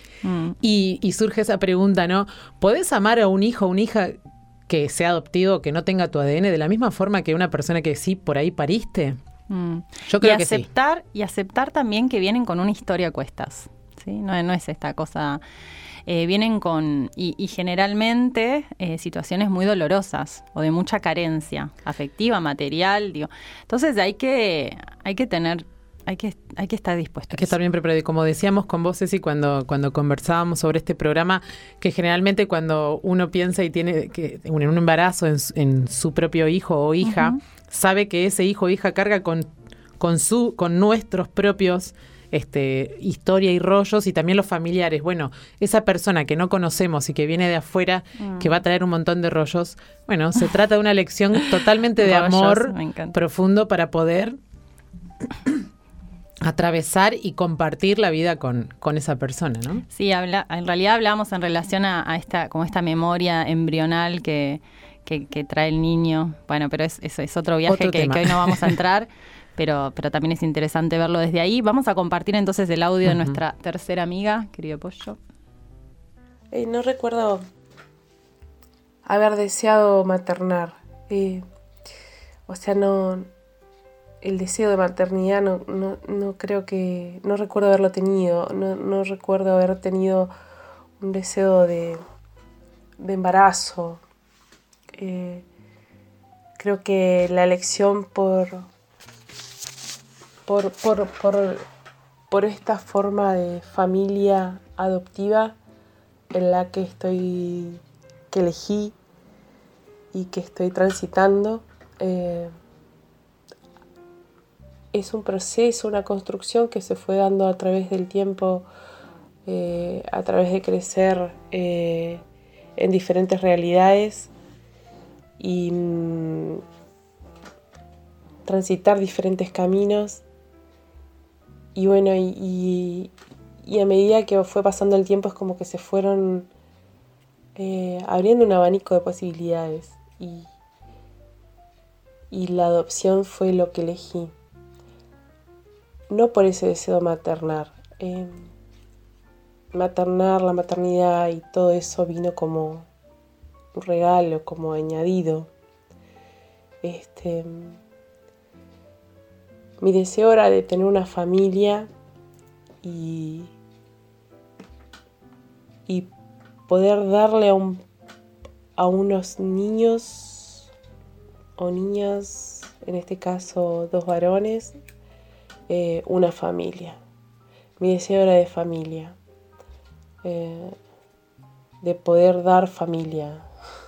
Speaker 1: Y surge esa pregunta, ¿no? ¿Podés amar a un hijo o una hija que sea adoptivo, que no tenga tu ADN, de la misma forma que una persona que sí por ahí pariste?
Speaker 2: Yo creo que sí. Y aceptar también que vienen con una historia a cuestas, ¿sí? No es esta cosa vienen con, y generalmente, situaciones muy dolorosas o de mucha carencia afectiva, material, digo. Entonces hay que estar dispuestos.
Speaker 1: Hay que estar bien preparado. Y como decíamos con vos, Ceci, cuando conversábamos sobre este programa, que generalmente cuando uno piensa y tiene que en un embarazo en su propio hijo o hija, sabe que ese hijo o hija carga con nuestros propios historia y rollos, y también los familiares. Bueno, esa persona que no conocemos y que viene de afuera, que va a traer un montón de rollos, bueno, se trata de una lección totalmente de amor profundo para poder atravesar y compartir la vida con esa persona, ¿no?
Speaker 2: Sí, en realidad hablamos en relación a esta memoria embrional que trae el niño. Bueno, pero eso es otro viaje que hoy no vamos a entrar, pero también es interesante verlo desde ahí. Vamos a compartir entonces el audio de nuestra tercera amiga, querido Pollo.
Speaker 5: No recuerdo haber deseado maternar. El deseo de maternidad no creo que... No recuerdo haberlo tenido. No recuerdo haber tenido un deseo de embarazo. Creo que la elección por esta forma de familia adoptiva en la que elegí y que estoy transitando, es un proceso, una construcción que se fue dando a través del tiempo, a través de crecer en diferentes realidades y transitar diferentes caminos. Y bueno, y a medida que fue pasando el tiempo es como que se fueron abriendo un abanico de posibilidades, y la adopción fue lo que elegí. No por ese deseo maternar. Maternar, la maternidad y todo eso vino como un regalo, como añadido. Mi deseo era de tener una familia y poder darle a unos niños o niñas, en este caso 2 varones, una familia. Mi deseo era de familia, de poder dar familia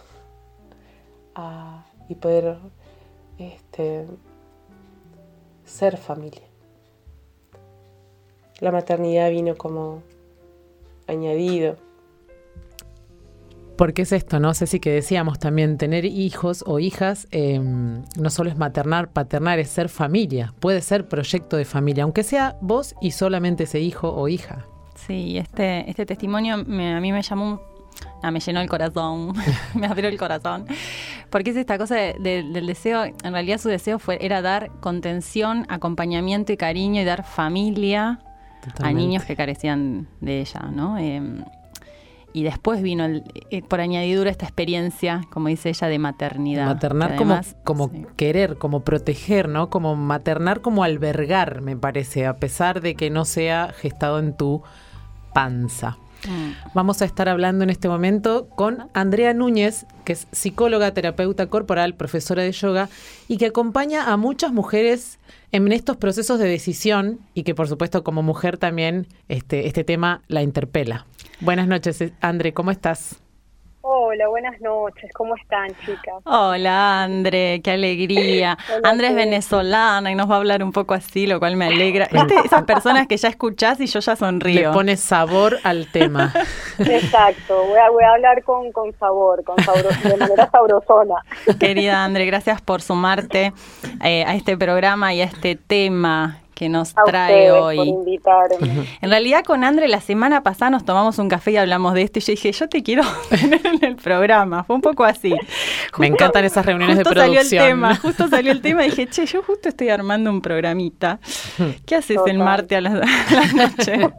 Speaker 5: y poder ser familia. La maternidad vino como añadido.
Speaker 1: Porque es esto, ¿no? Ceci, que decíamos también, tener hijos o hijas no solo es maternar, paternar es ser familia. Puede ser proyecto de familia, aunque sea vos y solamente ese hijo o hija.
Speaker 2: Sí, este testimonio a mí me llamó, me llenó el corazón, me abrió el corazón. Porque es esta cosa del deseo, en realidad su deseo era dar contención, acompañamiento y cariño y dar familia a niños que carecían de ella, ¿no? Y después vino por añadidura esta experiencia, como dice ella, de maternidad.
Speaker 1: Maternar además, como sí, querer, como proteger, ¿no? Como maternar, como albergar, me parece, a pesar de que no sea gestado en tu panza. Vamos a estar hablando en este momento con Andrea Núñez, que es psicóloga, terapeuta corporal, profesora de yoga y que acompaña a muchas mujeres en estos procesos de decisión y que, por supuesto, como mujer también este tema la interpela. Buenas noches, André, ¿cómo estás?
Speaker 6: Hola, buenas noches, ¿cómo están, chicas?
Speaker 2: Hola, André, qué alegría. Hola, André es venezolana y nos va a hablar un poco así, lo cual me alegra. Esas personas que ya escuchás y yo ya sonrío.
Speaker 1: Le pones sabor al tema.
Speaker 6: Exacto, voy a hablar con sabor, de manera sabrosona.
Speaker 2: Querida André, gracias por sumarte a este programa y a este tema que nos trae hoy.
Speaker 6: Por invitarme.
Speaker 2: En realidad con André la semana pasada nos tomamos un café y hablamos de esto y yo dije, yo te quiero tener en el programa. Fue un poco así.
Speaker 1: Me encantan esas reuniones de producción.
Speaker 2: Justo salió el tema y dije, yo justo estoy armando un programita. ¿Qué haces el martes a la noche?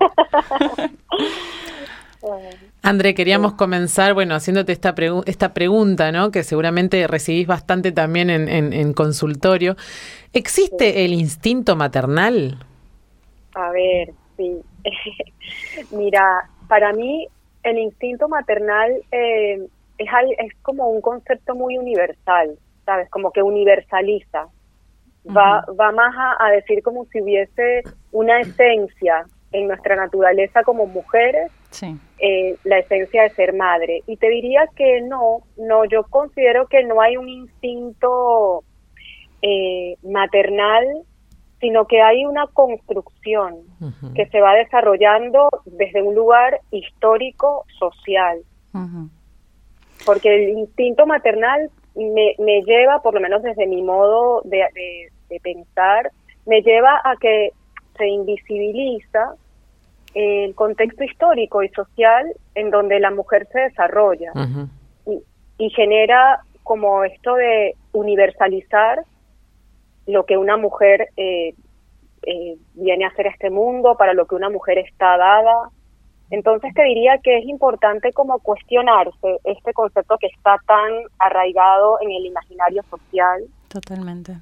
Speaker 1: André, queríamos comenzar, haciéndote esta pregunta, ¿no? Que seguramente recibís bastante también en consultorio. ¿Existe el instinto maternal?
Speaker 6: A ver, sí. Mira, para mí el instinto maternal es como un concepto muy universal, ¿sabes? Como que universaliza. Va más a decir como si hubiese una esencia en nuestra naturaleza como mujeres,
Speaker 2: sí.
Speaker 6: La esencia de ser madre. Y te diría que no, yo considero que no hay un instinto maternal, sino que hay una construcción que se va desarrollando desde un lugar histórico, social. Porque el instinto maternal me lleva, por lo menos desde mi modo de pensar, me lleva a que se invisibiliza el contexto histórico y social en donde la mujer se desarrolla y genera como esto de universalizar lo que una mujer viene a hacer a este mundo, para lo que una mujer está dada. Entonces te diría que es importante como cuestionarse este concepto que está tan arraigado en el imaginario social.
Speaker 2: Totalmente.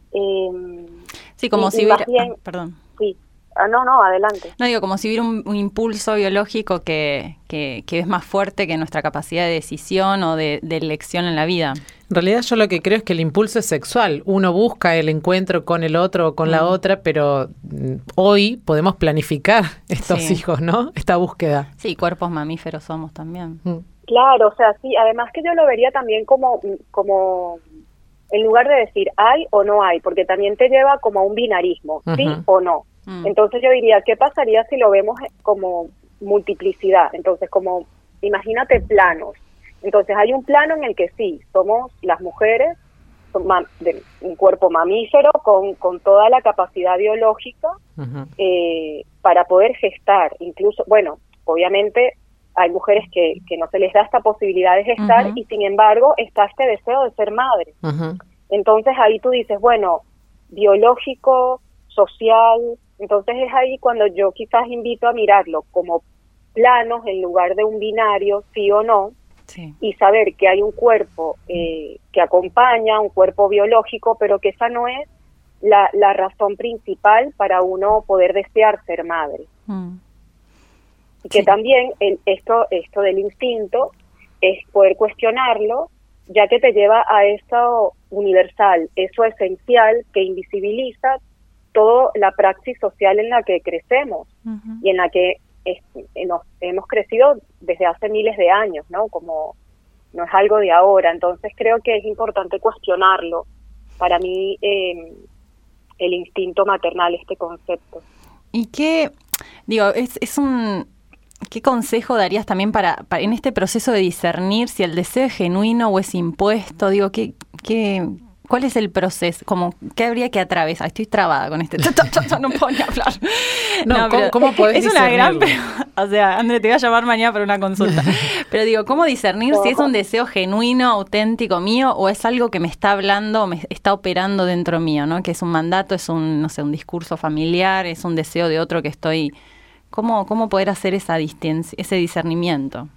Speaker 2: Sí, como si hubiera... perdón.
Speaker 6: Sí. No, adelante.
Speaker 2: No, digo, como si hubiera un impulso biológico que es más fuerte que nuestra capacidad de decisión o de elección en la vida.
Speaker 1: En realidad yo lo que creo es que el impulso es sexual. Uno busca el encuentro con el otro o con la otra, pero hoy podemos planificar estos hijos, ¿no? Esta búsqueda.
Speaker 2: Sí, cuerpos mamíferos somos también.
Speaker 6: Claro, o sea, sí, además que yo lo vería también como en lugar de decir hay o no hay, porque también te lleva como a un binarismo, sí o no. Entonces yo diría, ¿qué pasaría si lo vemos como multiplicidad? Entonces, como, imagínate planos. Entonces hay un plano en el que sí, somos las mujeres, de un cuerpo mamífero con toda la capacidad biológica para poder gestar. Incluso, bueno, obviamente hay mujeres que no se les da esta posibilidad de gestar y sin embargo está este deseo de ser madre. Entonces ahí tú dices, bueno, biológico, social. Entonces es ahí cuando yo quizás invito a mirarlo como planos en lugar de un binario, sí o no, y saber que hay un cuerpo que acompaña, un cuerpo biológico, pero que esa no es la razón principal para uno poder desear ser madre. Y que también esto del instinto es poder cuestionarlo, ya que te lleva a eso universal, eso esencial que invisibiliza toda la praxis social en la que crecemos y en la que hemos crecido desde hace miles de años, ¿no? Como no es algo de ahora. Entonces creo que es importante cuestionarlo. Para mí, el instinto maternal, este concepto.
Speaker 2: ¿Y qué, digo, qué consejo darías también para en este proceso de discernir si el deseo es genuino o es impuesto? Digo, ¿cuál es el proceso? Como, ¿qué habría que atravesar? Estoy trabada con este... No puedo ni hablar.
Speaker 1: No, ¿cómo podés discernirlo?
Speaker 2: O sea, André, te voy a llamar mañana para una consulta. Pero digo, ¿cómo discernir si es un deseo genuino, auténtico mío, o es algo que me está hablando, me está operando dentro mío, ¿no? Que es un mandato, es un discurso familiar, es un deseo de otro que estoy... ¿Cómo poder hacer ese discernimiento?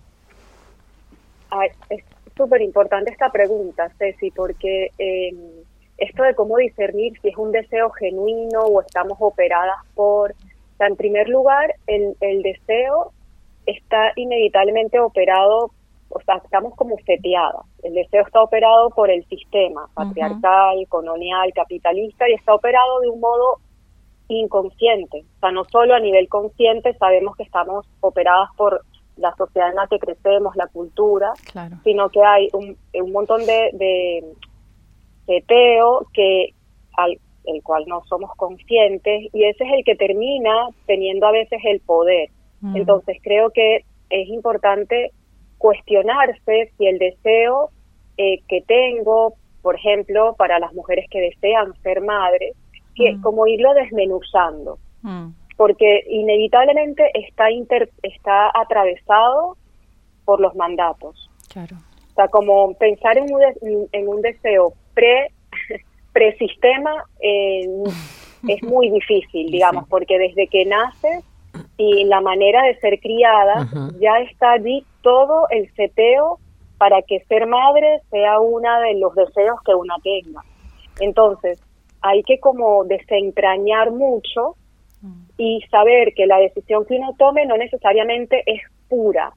Speaker 6: Es súper importante esta pregunta, Ceci, porque esto de cómo discernir si es un deseo genuino o estamos operadas por... O sea, en primer lugar, el deseo está inevitablemente operado, o sea, estamos como seteadas. El deseo está operado por el sistema patriarcal, colonial, capitalista, y está operado de un modo inconsciente. O sea, no solo a nivel consciente sabemos que estamos operadas por la sociedad en la que crecemos, la cultura, sino que hay un montón de seteo el cual no somos conscientes, y ese es el que termina teniendo a veces el poder. Entonces creo que es importante cuestionarse si el deseo que tengo, por ejemplo, para las mujeres que desean ser madres, que como irlo desmenuzando, porque inevitablemente está atravesado por los mandatos.
Speaker 2: Claro.
Speaker 6: O sea, como pensar en un deseo pre-sistema es muy difícil, digamos, porque desde que naces y la manera de ser criada, ya está allí todo el seteo para que ser madre sea uno de los deseos que una tenga. Entonces, hay que como desentrañar mucho y saber que la decisión que uno tome no necesariamente es pura,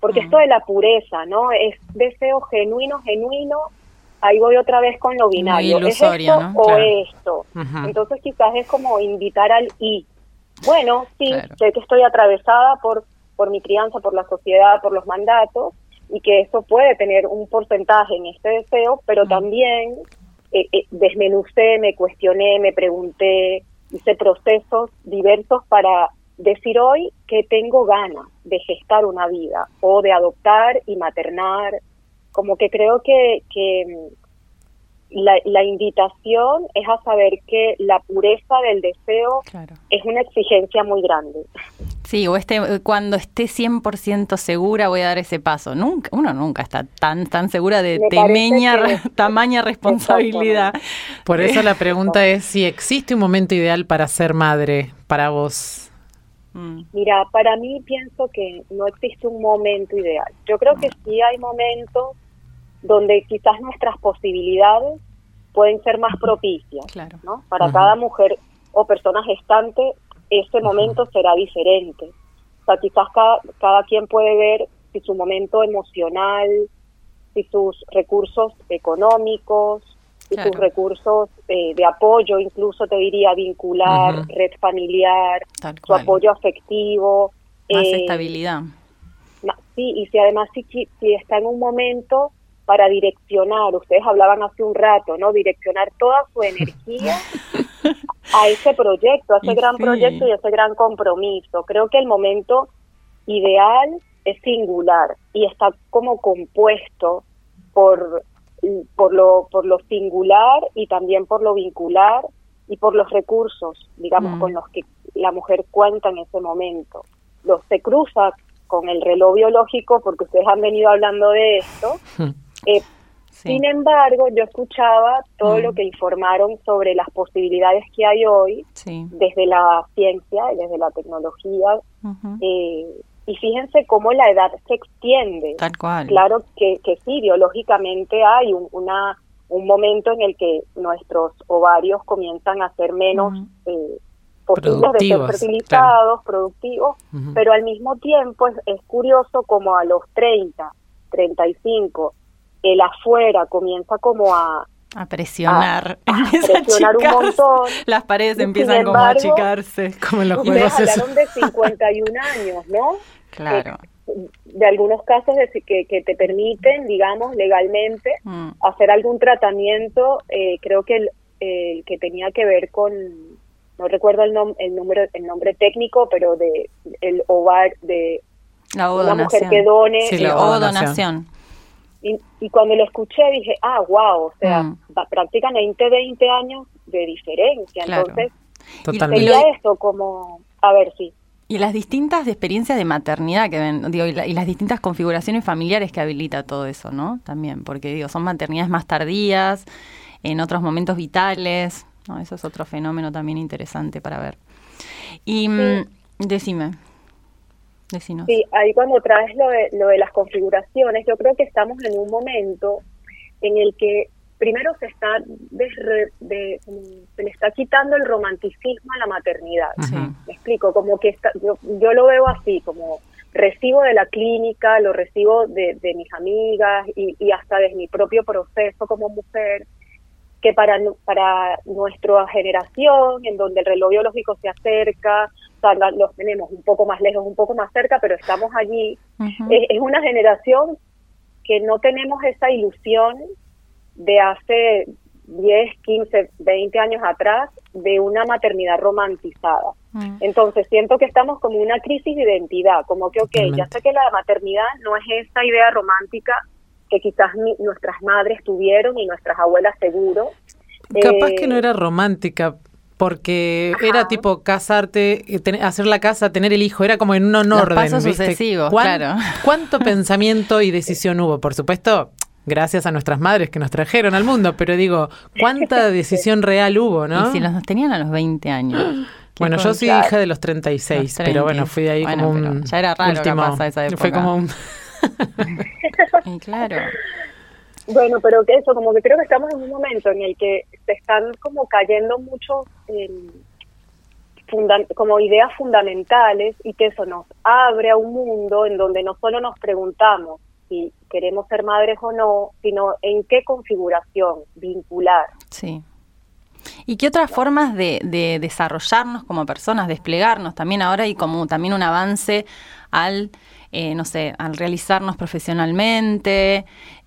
Speaker 6: porque esto de la pureza, ¿no? Es deseo genuino, ahí voy otra vez con lo binario.
Speaker 2: Muy ilusorio,
Speaker 6: ¿es esto,
Speaker 2: ¿no?
Speaker 6: o
Speaker 2: Claro.
Speaker 6: esto? Entonces quizás es como invitar al y. Bueno, sí, sé que estoy atravesada por mi crianza, por la sociedad, por los mandatos, y que eso puede tener un porcentaje en este deseo, pero también desmenucé, me cuestioné, me pregunté, hice procesos diversos para decir hoy que tengo ganas de gestar una vida o de adoptar y maternar. Como que creo que la invitación es a saber que la pureza del deseo es una exigencia muy grande.
Speaker 2: Sí, o cuando esté 100% segura voy a dar ese paso. Uno nunca está tan segura de tamaña responsabilidad.
Speaker 1: Por eso la pregunta es si existe un momento ideal para ser madre, para vos.
Speaker 6: Mira, para mí pienso que no existe un momento ideal. Yo creo que sí hay momentos donde quizás nuestras posibilidades pueden ser más propicias, ¿no? Para cada mujer o persona gestante, ese momento será diferente. O sea, quizás cada quien puede ver si su momento emocional, si sus recursos económicos, si sus recursos de apoyo, incluso te diría vincular, red familiar, su apoyo afectivo.
Speaker 2: Más estabilidad.
Speaker 6: Sí, y si además si está en un momento para direccionar, ustedes hablaban hace un rato, ¿no? Direccionar toda su energía a ese proyecto, a ese gran proyecto y a ese gran compromiso. Creo que el momento ideal es singular y está como compuesto por lo singular y también por lo vincular y por los recursos, digamos, con los que la mujer cuenta en ese momento. Se cruza con el reloj biológico porque ustedes han venido hablando de esto. Sin embargo, yo escuchaba todo lo que informaron sobre las posibilidades que hay hoy desde la ciencia y desde la tecnología. Y fíjense cómo la edad se extiende.
Speaker 2: Tal cual.
Speaker 6: Claro que sí, biológicamente hay un momento en el que nuestros ovarios comienzan a ser menos posibles de ser fertilizados, productivos, pero al mismo tiempo es curioso como a los 30, 35, el afuera comienza como a
Speaker 2: presionar.
Speaker 6: Presionar un montón.
Speaker 2: Las paredes empiezan como a achicarse.
Speaker 1: Como en los
Speaker 6: ustedes
Speaker 1: juegos.
Speaker 6: hablaron de 51 años, ¿no?
Speaker 2: Claro.
Speaker 6: De algunos casos que te permiten, digamos, legalmente hacer algún tratamiento. Creo que el que tenía que ver con, no recuerdo el nombre técnico, pero de el ovar de
Speaker 2: la
Speaker 6: una mujer que done.
Speaker 2: Sí, la ovodonación.
Speaker 6: Y cuando lo escuché dije, wow, o sea, prácticamente 20 años de diferencia.
Speaker 2: Claro.
Speaker 6: Entonces,
Speaker 1: Totalmente.
Speaker 6: sería esto como, a ver, sí.
Speaker 2: Y las distintas experiencias de maternidad que ven, digo, y las distintas configuraciones familiares que habilita todo eso, ¿no? También, porque digo, son maternidades más tardías, en otros momentos vitales, ¿no? Eso es otro fenómeno también interesante para ver. Y decinos.
Speaker 6: Sí, ahí cuando traes lo de las configuraciones, yo creo que estamos en un momento en el que primero se le está quitando el romanticismo a la maternidad. Me explico, como que yo lo veo así, como recibo de la clínica, lo recibo de mis amigas y hasta de mi propio proceso como mujer, que para nuestra generación, en donde el reloj biológico se acerca, o sea, los tenemos un poco más lejos, un poco más cerca, pero estamos allí, es una generación que no tenemos esa ilusión de hace 10, 15, 20 años atrás de una maternidad romantizada. Entonces siento que estamos como en una crisis de identidad, como que ya sé que la maternidad no es esa idea romántica que quizás nuestras madres tuvieron y nuestras abuelas seguro.
Speaker 1: Capaz que no era romántica, porque era tipo casarte, hacer la casa, tener el hijo, era como en un orden.
Speaker 2: Pasos
Speaker 1: ¿viste?
Speaker 2: sucesivos, claro.
Speaker 1: ¿Cuánto pensamiento y decisión hubo? Por supuesto, gracias a nuestras madres que nos trajeron al mundo, pero digo, ¿cuánta decisión real hubo, no?
Speaker 2: Y si los tenían a los 20 años.
Speaker 1: Bueno, yo soy hija de los 36, pero bueno, fui de ahí como un
Speaker 2: ya era raro
Speaker 1: último,
Speaker 2: capaz a esa época.
Speaker 1: Fue como un...
Speaker 2: Y claro.
Speaker 6: Bueno, pero que eso, como que creo que estamos en un momento en el que se están como cayendo muchos como ideas fundamentales, y que eso nos abre a un mundo en donde no solo nos preguntamos si queremos ser madres o no, sino en qué configuración vincular.
Speaker 2: Sí. ¿Y qué otras formas de desarrollarnos como personas, desplegarnos? También ahora hay como también un avance al, al realizarnos profesionalmente.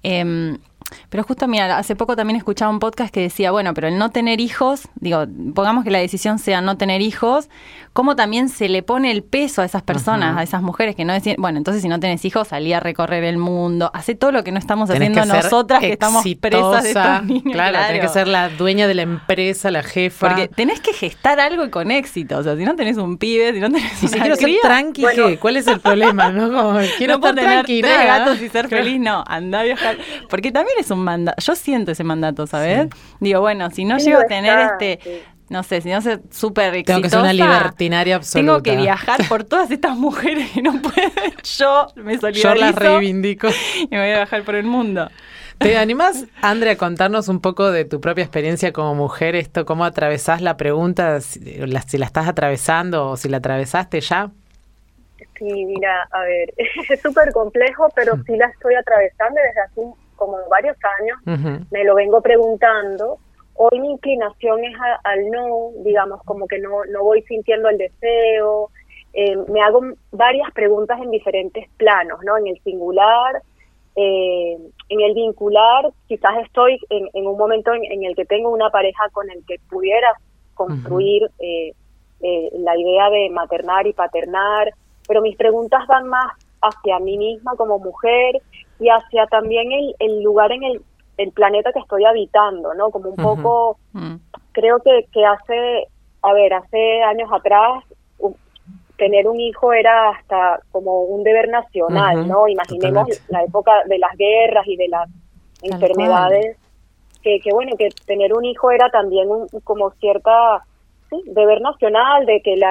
Speaker 2: Pero justo, mira, hace poco también escuchaba un podcast que decía, bueno, pero el no tener hijos, digo, pongamos que la decisión sea no tener hijos, ¿cómo también se le pone el peso a esas personas, a esas mujeres que no deciden, bueno, entonces si no tenés hijos, salí a recorrer el mundo, hace todo lo que no estamos haciendo nosotras, que estamos presas de estos niños.
Speaker 1: Claro, tenés que ser la dueña de la empresa, la jefa.
Speaker 2: Porque tenés que gestar algo y con éxito, o sea, si no tenés un pibe, si no tenés
Speaker 1: una quiero ser tranqui, bueno, ¿qué? ¿Cuál es el problema? No, como, quiero
Speaker 2: no estar tranqui, tener 3 gatos y ser feliz, no, andá a viajar, porque también es un mandato, yo siento ese mandato, ¿sabes? Sí. Digo, bueno, si no llego a tener no sé, si no soy súper exitosa,
Speaker 1: tengo que ser una libertinaria absoluta.
Speaker 2: Tengo que viajar por todas estas mujeres que no pueden. Yo me solidarizo.
Speaker 1: Yo las reivindico.
Speaker 2: Y me voy a viajar por el mundo.
Speaker 1: ¿Te animás, Andre, a contarnos un poco de tu propia experiencia como mujer? ¿Cómo atravesás la pregunta, si la estás atravesando o si la atravesaste ya?
Speaker 6: Sí, mira, a ver, es súper complejo, pero sí la estoy atravesando desde hace como varios años. Me lo vengo preguntando. Hoy mi inclinación es al no, digamos, como que no voy sintiendo el deseo. Me hago varias preguntas en diferentes planos, ¿no? En el singular, en el vincular, quizás estoy en un momento en el que tengo una pareja con el que pudiera construir la idea de maternar y paternar, pero mis preguntas van más hacia mí misma como mujer y hacia también el lugar en el planeta que estoy habitando, ¿no? Como un poco, creo que hace años atrás, tener un hijo era hasta como un deber nacional, ¿no? Imaginemos la época de las guerras y de las enfermedades, que tener un hijo era también como cierta deber nacional de que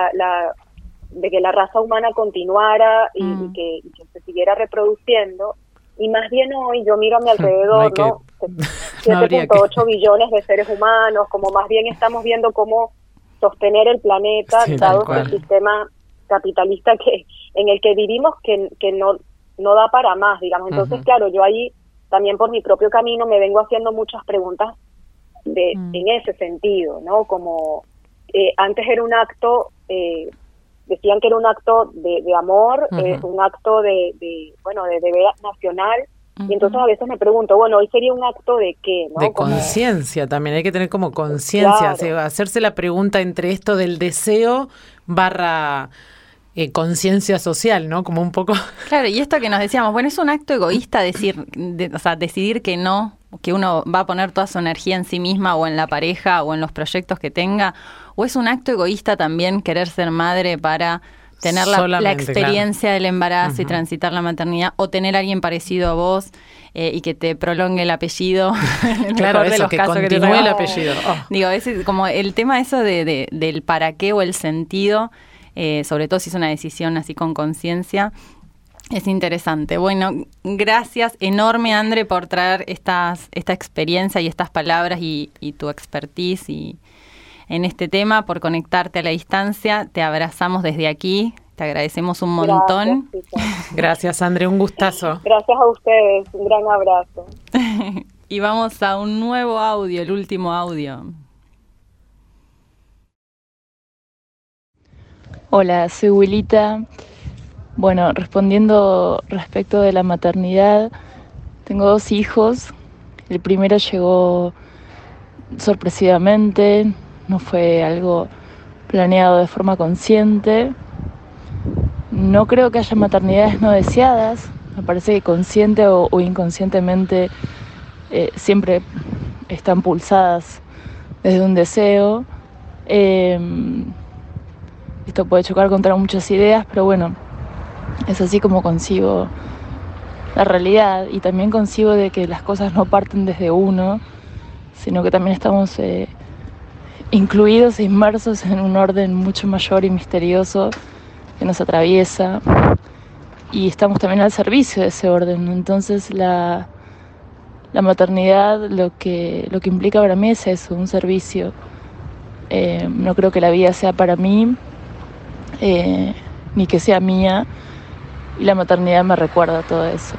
Speaker 6: la raza humana continuara y que se siguiera reproduciendo. Y más bien hoy yo miro a mi alrededor, ¿no? 7.8 billones de seres humanos, como más bien estamos viendo cómo sostener el planeta, dado el sistema capitalista en el que vivimos, que no da para más, digamos. Entonces, claro, yo ahí también por mi propio camino me vengo haciendo muchas preguntas en ese sentido, ¿no? Como antes era un acto... decían que era un acto de amor, es un acto de deber nacional, y entonces a veces me pregunto, bueno, hoy sería un acto de qué, ¿no?
Speaker 1: De conciencia también, hay que tener como conciencia,
Speaker 6: claro.
Speaker 1: Hacerse la pregunta entre esto del deseo / conciencia social, ¿no? Como un poco...
Speaker 2: Claro, y esto que nos decíamos, bueno, es un acto egoísta decidir que no, que uno va a poner toda su energía en sí misma o en la pareja o en los proyectos que tenga, o es un acto egoísta también querer ser madre para tener la experiencia del embarazo y transitar la maternidad, o tener a alguien parecido a vos y que te prolongue el apellido.
Speaker 1: Claro, eso, de los que casos continúe el apellido.
Speaker 2: Digo, es como el tema eso del para qué o el sentido, sobre todo si es una decisión así con conciencia, es interesante. Bueno, gracias enorme, Andre, por traer esta experiencia y estas palabras y tu expertise en este tema, por conectarte a la distancia. Te abrazamos desde aquí, te agradecemos un montón.
Speaker 1: Gracias, Andre, un gustazo.
Speaker 6: Gracias a ustedes, un gran abrazo.
Speaker 2: Y vamos a un nuevo audio, el último audio.
Speaker 7: Hola, soy Wilita. Bueno, respondiendo respecto de la maternidad, tengo 2 hijos. El primero llegó sorpresivamente, no fue algo planeado de forma consciente. No creo que haya maternidades no deseadas. Me parece que consciente o inconscientemente siempre están pulsadas desde un deseo. Esto puede chocar contra muchas ideas, pero bueno, es así como concibo la realidad, y también concibo de que las cosas no parten desde uno, sino que también estamos incluidos e inmersos en un orden mucho mayor y misterioso que nos atraviesa, y estamos también al servicio de ese orden. Entonces la maternidad lo que implica para mí es eso, un servicio No creo que la vida sea para mí, ni que sea mía, y la maternidad me recuerda todo eso.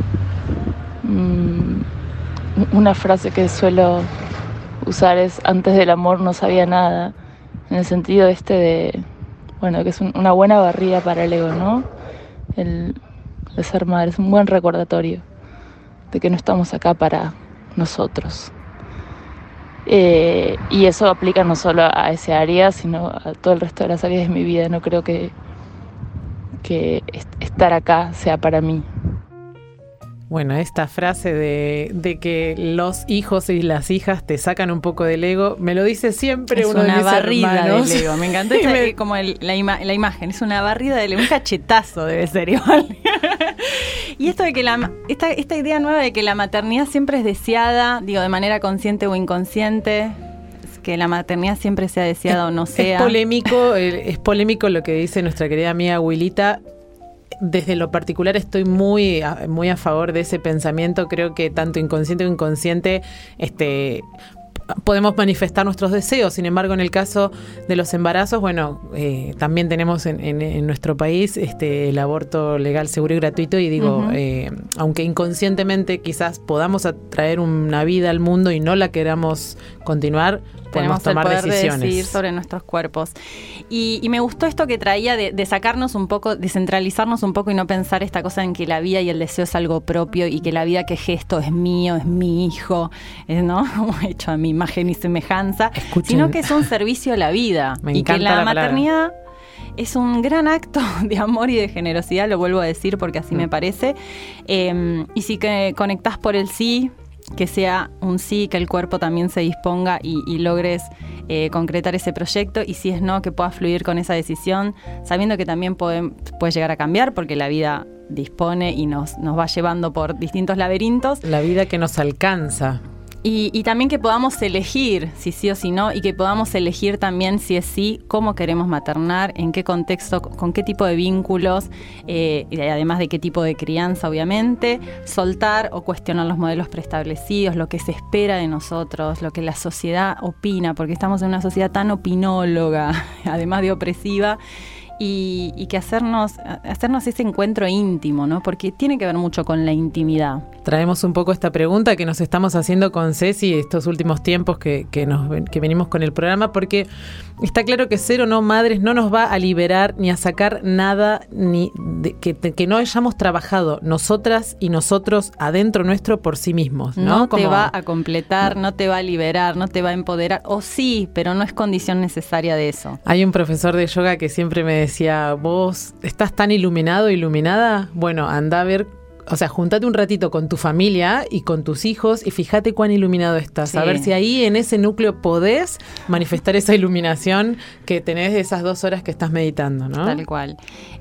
Speaker 7: Una frase que suelo usar es: antes del amor no sabía nada, en el sentido de, bueno, que es una buena barrida para el ego, ¿no? El de ser madre es un buen recordatorio de que no estamos acá para nosotros. Y eso aplica no solo a ese área, sino a todo el resto de las áreas de mi vida. No creo que estar acá sea para mí.
Speaker 1: Bueno, esta frase de que los hijos y las hijas te sacan un poco del ego, me lo dice siempre uno de mis hermanos. Es una barrida del ego.
Speaker 2: Me encantó como la imagen. Es una barrida del ego, un cachetazo debe ser igual. Y esto de que esta idea nueva de que la maternidad siempre es deseada, digo, de manera consciente o inconsciente, que la maternidad siempre sea deseada o no sea.
Speaker 1: Es polémico lo que dice nuestra querida amiga Wilita. Desde lo particular estoy muy a favor de ese pensamiento. Creo que tanto inconsciente o inconsciente podemos manifestar nuestros deseos. Sin embargo, en el caso de los embarazos, bueno, también tenemos en nuestro país el aborto legal, seguro y gratuito. Y digo, aunque inconscientemente quizás podamos atraer una vida al mundo y no la queramos continuar, podemos tomar
Speaker 2: el poder
Speaker 1: decisiones.
Speaker 2: De decidir sobre nuestros cuerpos. Y me gustó esto que traía de sacarnos un poco, descentralizarnos un poco y no pensar esta cosa en que la vida y el deseo es algo propio y que la vida que gesto es mío, es mi hijo, ¿no? Hecho a mi imagen y semejanza. Sino que es un servicio a la vida. Y que la maternidad es un gran acto de amor y de generosidad, lo vuelvo a decir porque así me parece. Y si que conectás por el sí, que sea un sí, que el cuerpo también se disponga y logres concretar ese proyecto, y si es no, que puedas fluir con esa decisión, sabiendo que también puede llegar a cambiar porque la vida dispone y nos va llevando por distintos laberintos.
Speaker 1: La vida que nos alcanza.
Speaker 2: Y también que podamos elegir si sí o si no, y que podamos elegir también si es sí, cómo queremos maternar, en qué contexto, con qué tipo de vínculos, y además de qué tipo de crianza, obviamente, soltar o cuestionar los modelos preestablecidos, lo que se espera de nosotros, lo que la sociedad opina, porque estamos en una sociedad tan opinóloga, además de opresiva, y que hacernos ese encuentro íntimo, ¿no? Porque tiene que ver mucho con la intimidad.
Speaker 1: Traemos un poco esta pregunta que nos estamos haciendo con Ceci estos últimos tiempos que venimos con el programa, porque está claro que ser o no madres no nos va a liberar ni a sacar nada ni que no hayamos trabajado nosotras y nosotros adentro nuestro por sí mismos, ¿no?
Speaker 2: No te va a completar, no te va a liberar, no te va a empoderar, o sí, pero no es condición necesaria de eso.
Speaker 1: Hay un profesor de yoga que siempre me decía: vos estás tan iluminado, iluminada, bueno, anda a ver. O sea, juntate un ratito con tu familia y con tus hijos y fíjate cuán iluminado estás. Sí. A ver si ahí en ese núcleo podés manifestar esa iluminación que tenés de esas 2 horas que estás meditando, ¿no?
Speaker 2: Tal cual.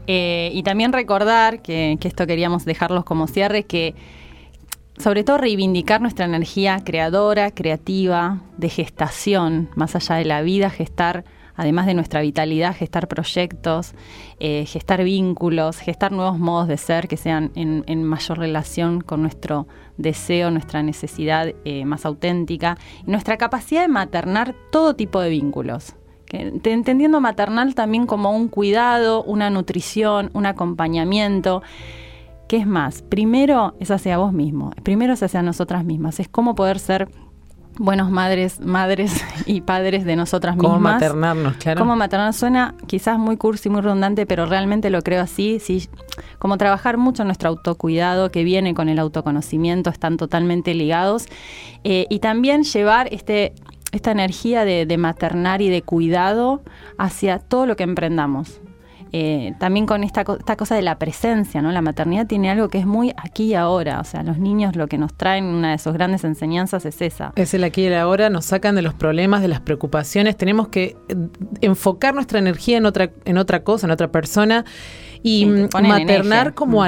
Speaker 2: Y también recordar que esto queríamos dejarlos como cierre, que sobre todo reivindicar nuestra energía creadora, creativa, de gestación, más allá de la vida, gestar. Además de nuestra vitalidad, gestar proyectos, gestar vínculos, gestar nuevos modos de ser que sean en mayor relación con nuestro deseo, nuestra necesidad más auténtica, y nuestra capacidad de maternar todo tipo de vínculos. Entendiendo maternal también como un cuidado, una nutrición, un acompañamiento. ¿Qué es más? Primero es hacia vos mismo, primero es hacia nosotras mismas, es cómo poder ser buenos madres y padres de nosotras mismas.
Speaker 1: Cómo maternarnos, claro.
Speaker 2: Cómo maternarnos suena quizás muy cursi, muy redundante, pero realmente lo creo así. Sí, como trabajar mucho en nuestro autocuidado, que viene con el autoconocimiento, están totalmente ligados. Y también llevar esta energía de maternar y de cuidado hacia todo lo que emprendamos. También con esta cosa de la presencia, ¿no? La maternidad tiene algo que es muy aquí y ahora. O sea, los niños lo que nos traen, una de sus grandes enseñanzas es esa.
Speaker 1: Es el aquí y el ahora, nos sacan de los problemas, de las preocupaciones. Tenemos que enfocar nuestra energía en otra cosa, en otra persona. Y maternar como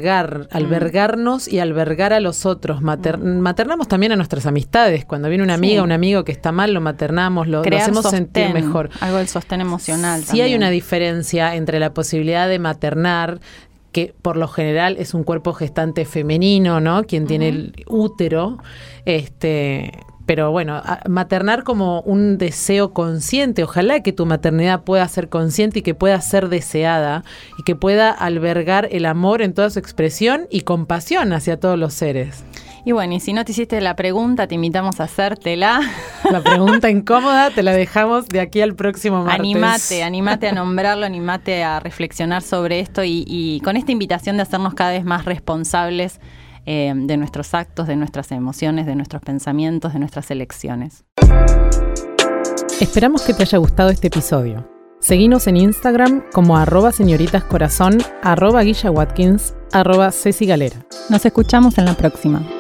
Speaker 1: albergarnos y albergar a los otros. Maternamos también a nuestras amistades. Cuando viene una amiga, un amigo que está mal, lo maternamos, lo hacemos sentir mejor.
Speaker 2: Algo del sostén emocional.
Speaker 1: Sí, hay una diferencia entre la posibilidad de maternar, que por lo general es un cuerpo gestante femenino, ¿no? Quien tiene el útero, pero bueno, maternar como un deseo consciente. Ojalá que tu maternidad pueda ser consciente y que pueda ser deseada y que pueda albergar el amor en toda su expresión y compasión hacia todos los seres.
Speaker 2: Y bueno, y si no te hiciste la pregunta, te invitamos a hacértela.
Speaker 1: La pregunta incómoda te la dejamos de aquí al próximo martes.
Speaker 2: Animate a nombrarlo, animate a reflexionar sobre esto y con esta invitación de hacernos cada vez más responsables de nuestros actos, de nuestras emociones, de nuestros pensamientos, de nuestras elecciones.
Speaker 1: Esperamos que te haya gustado este episodio. Seguinos en Instagram como @señoritascorazón, @GuillaWatkins, @CeciGalera.
Speaker 2: Nos escuchamos en la próxima.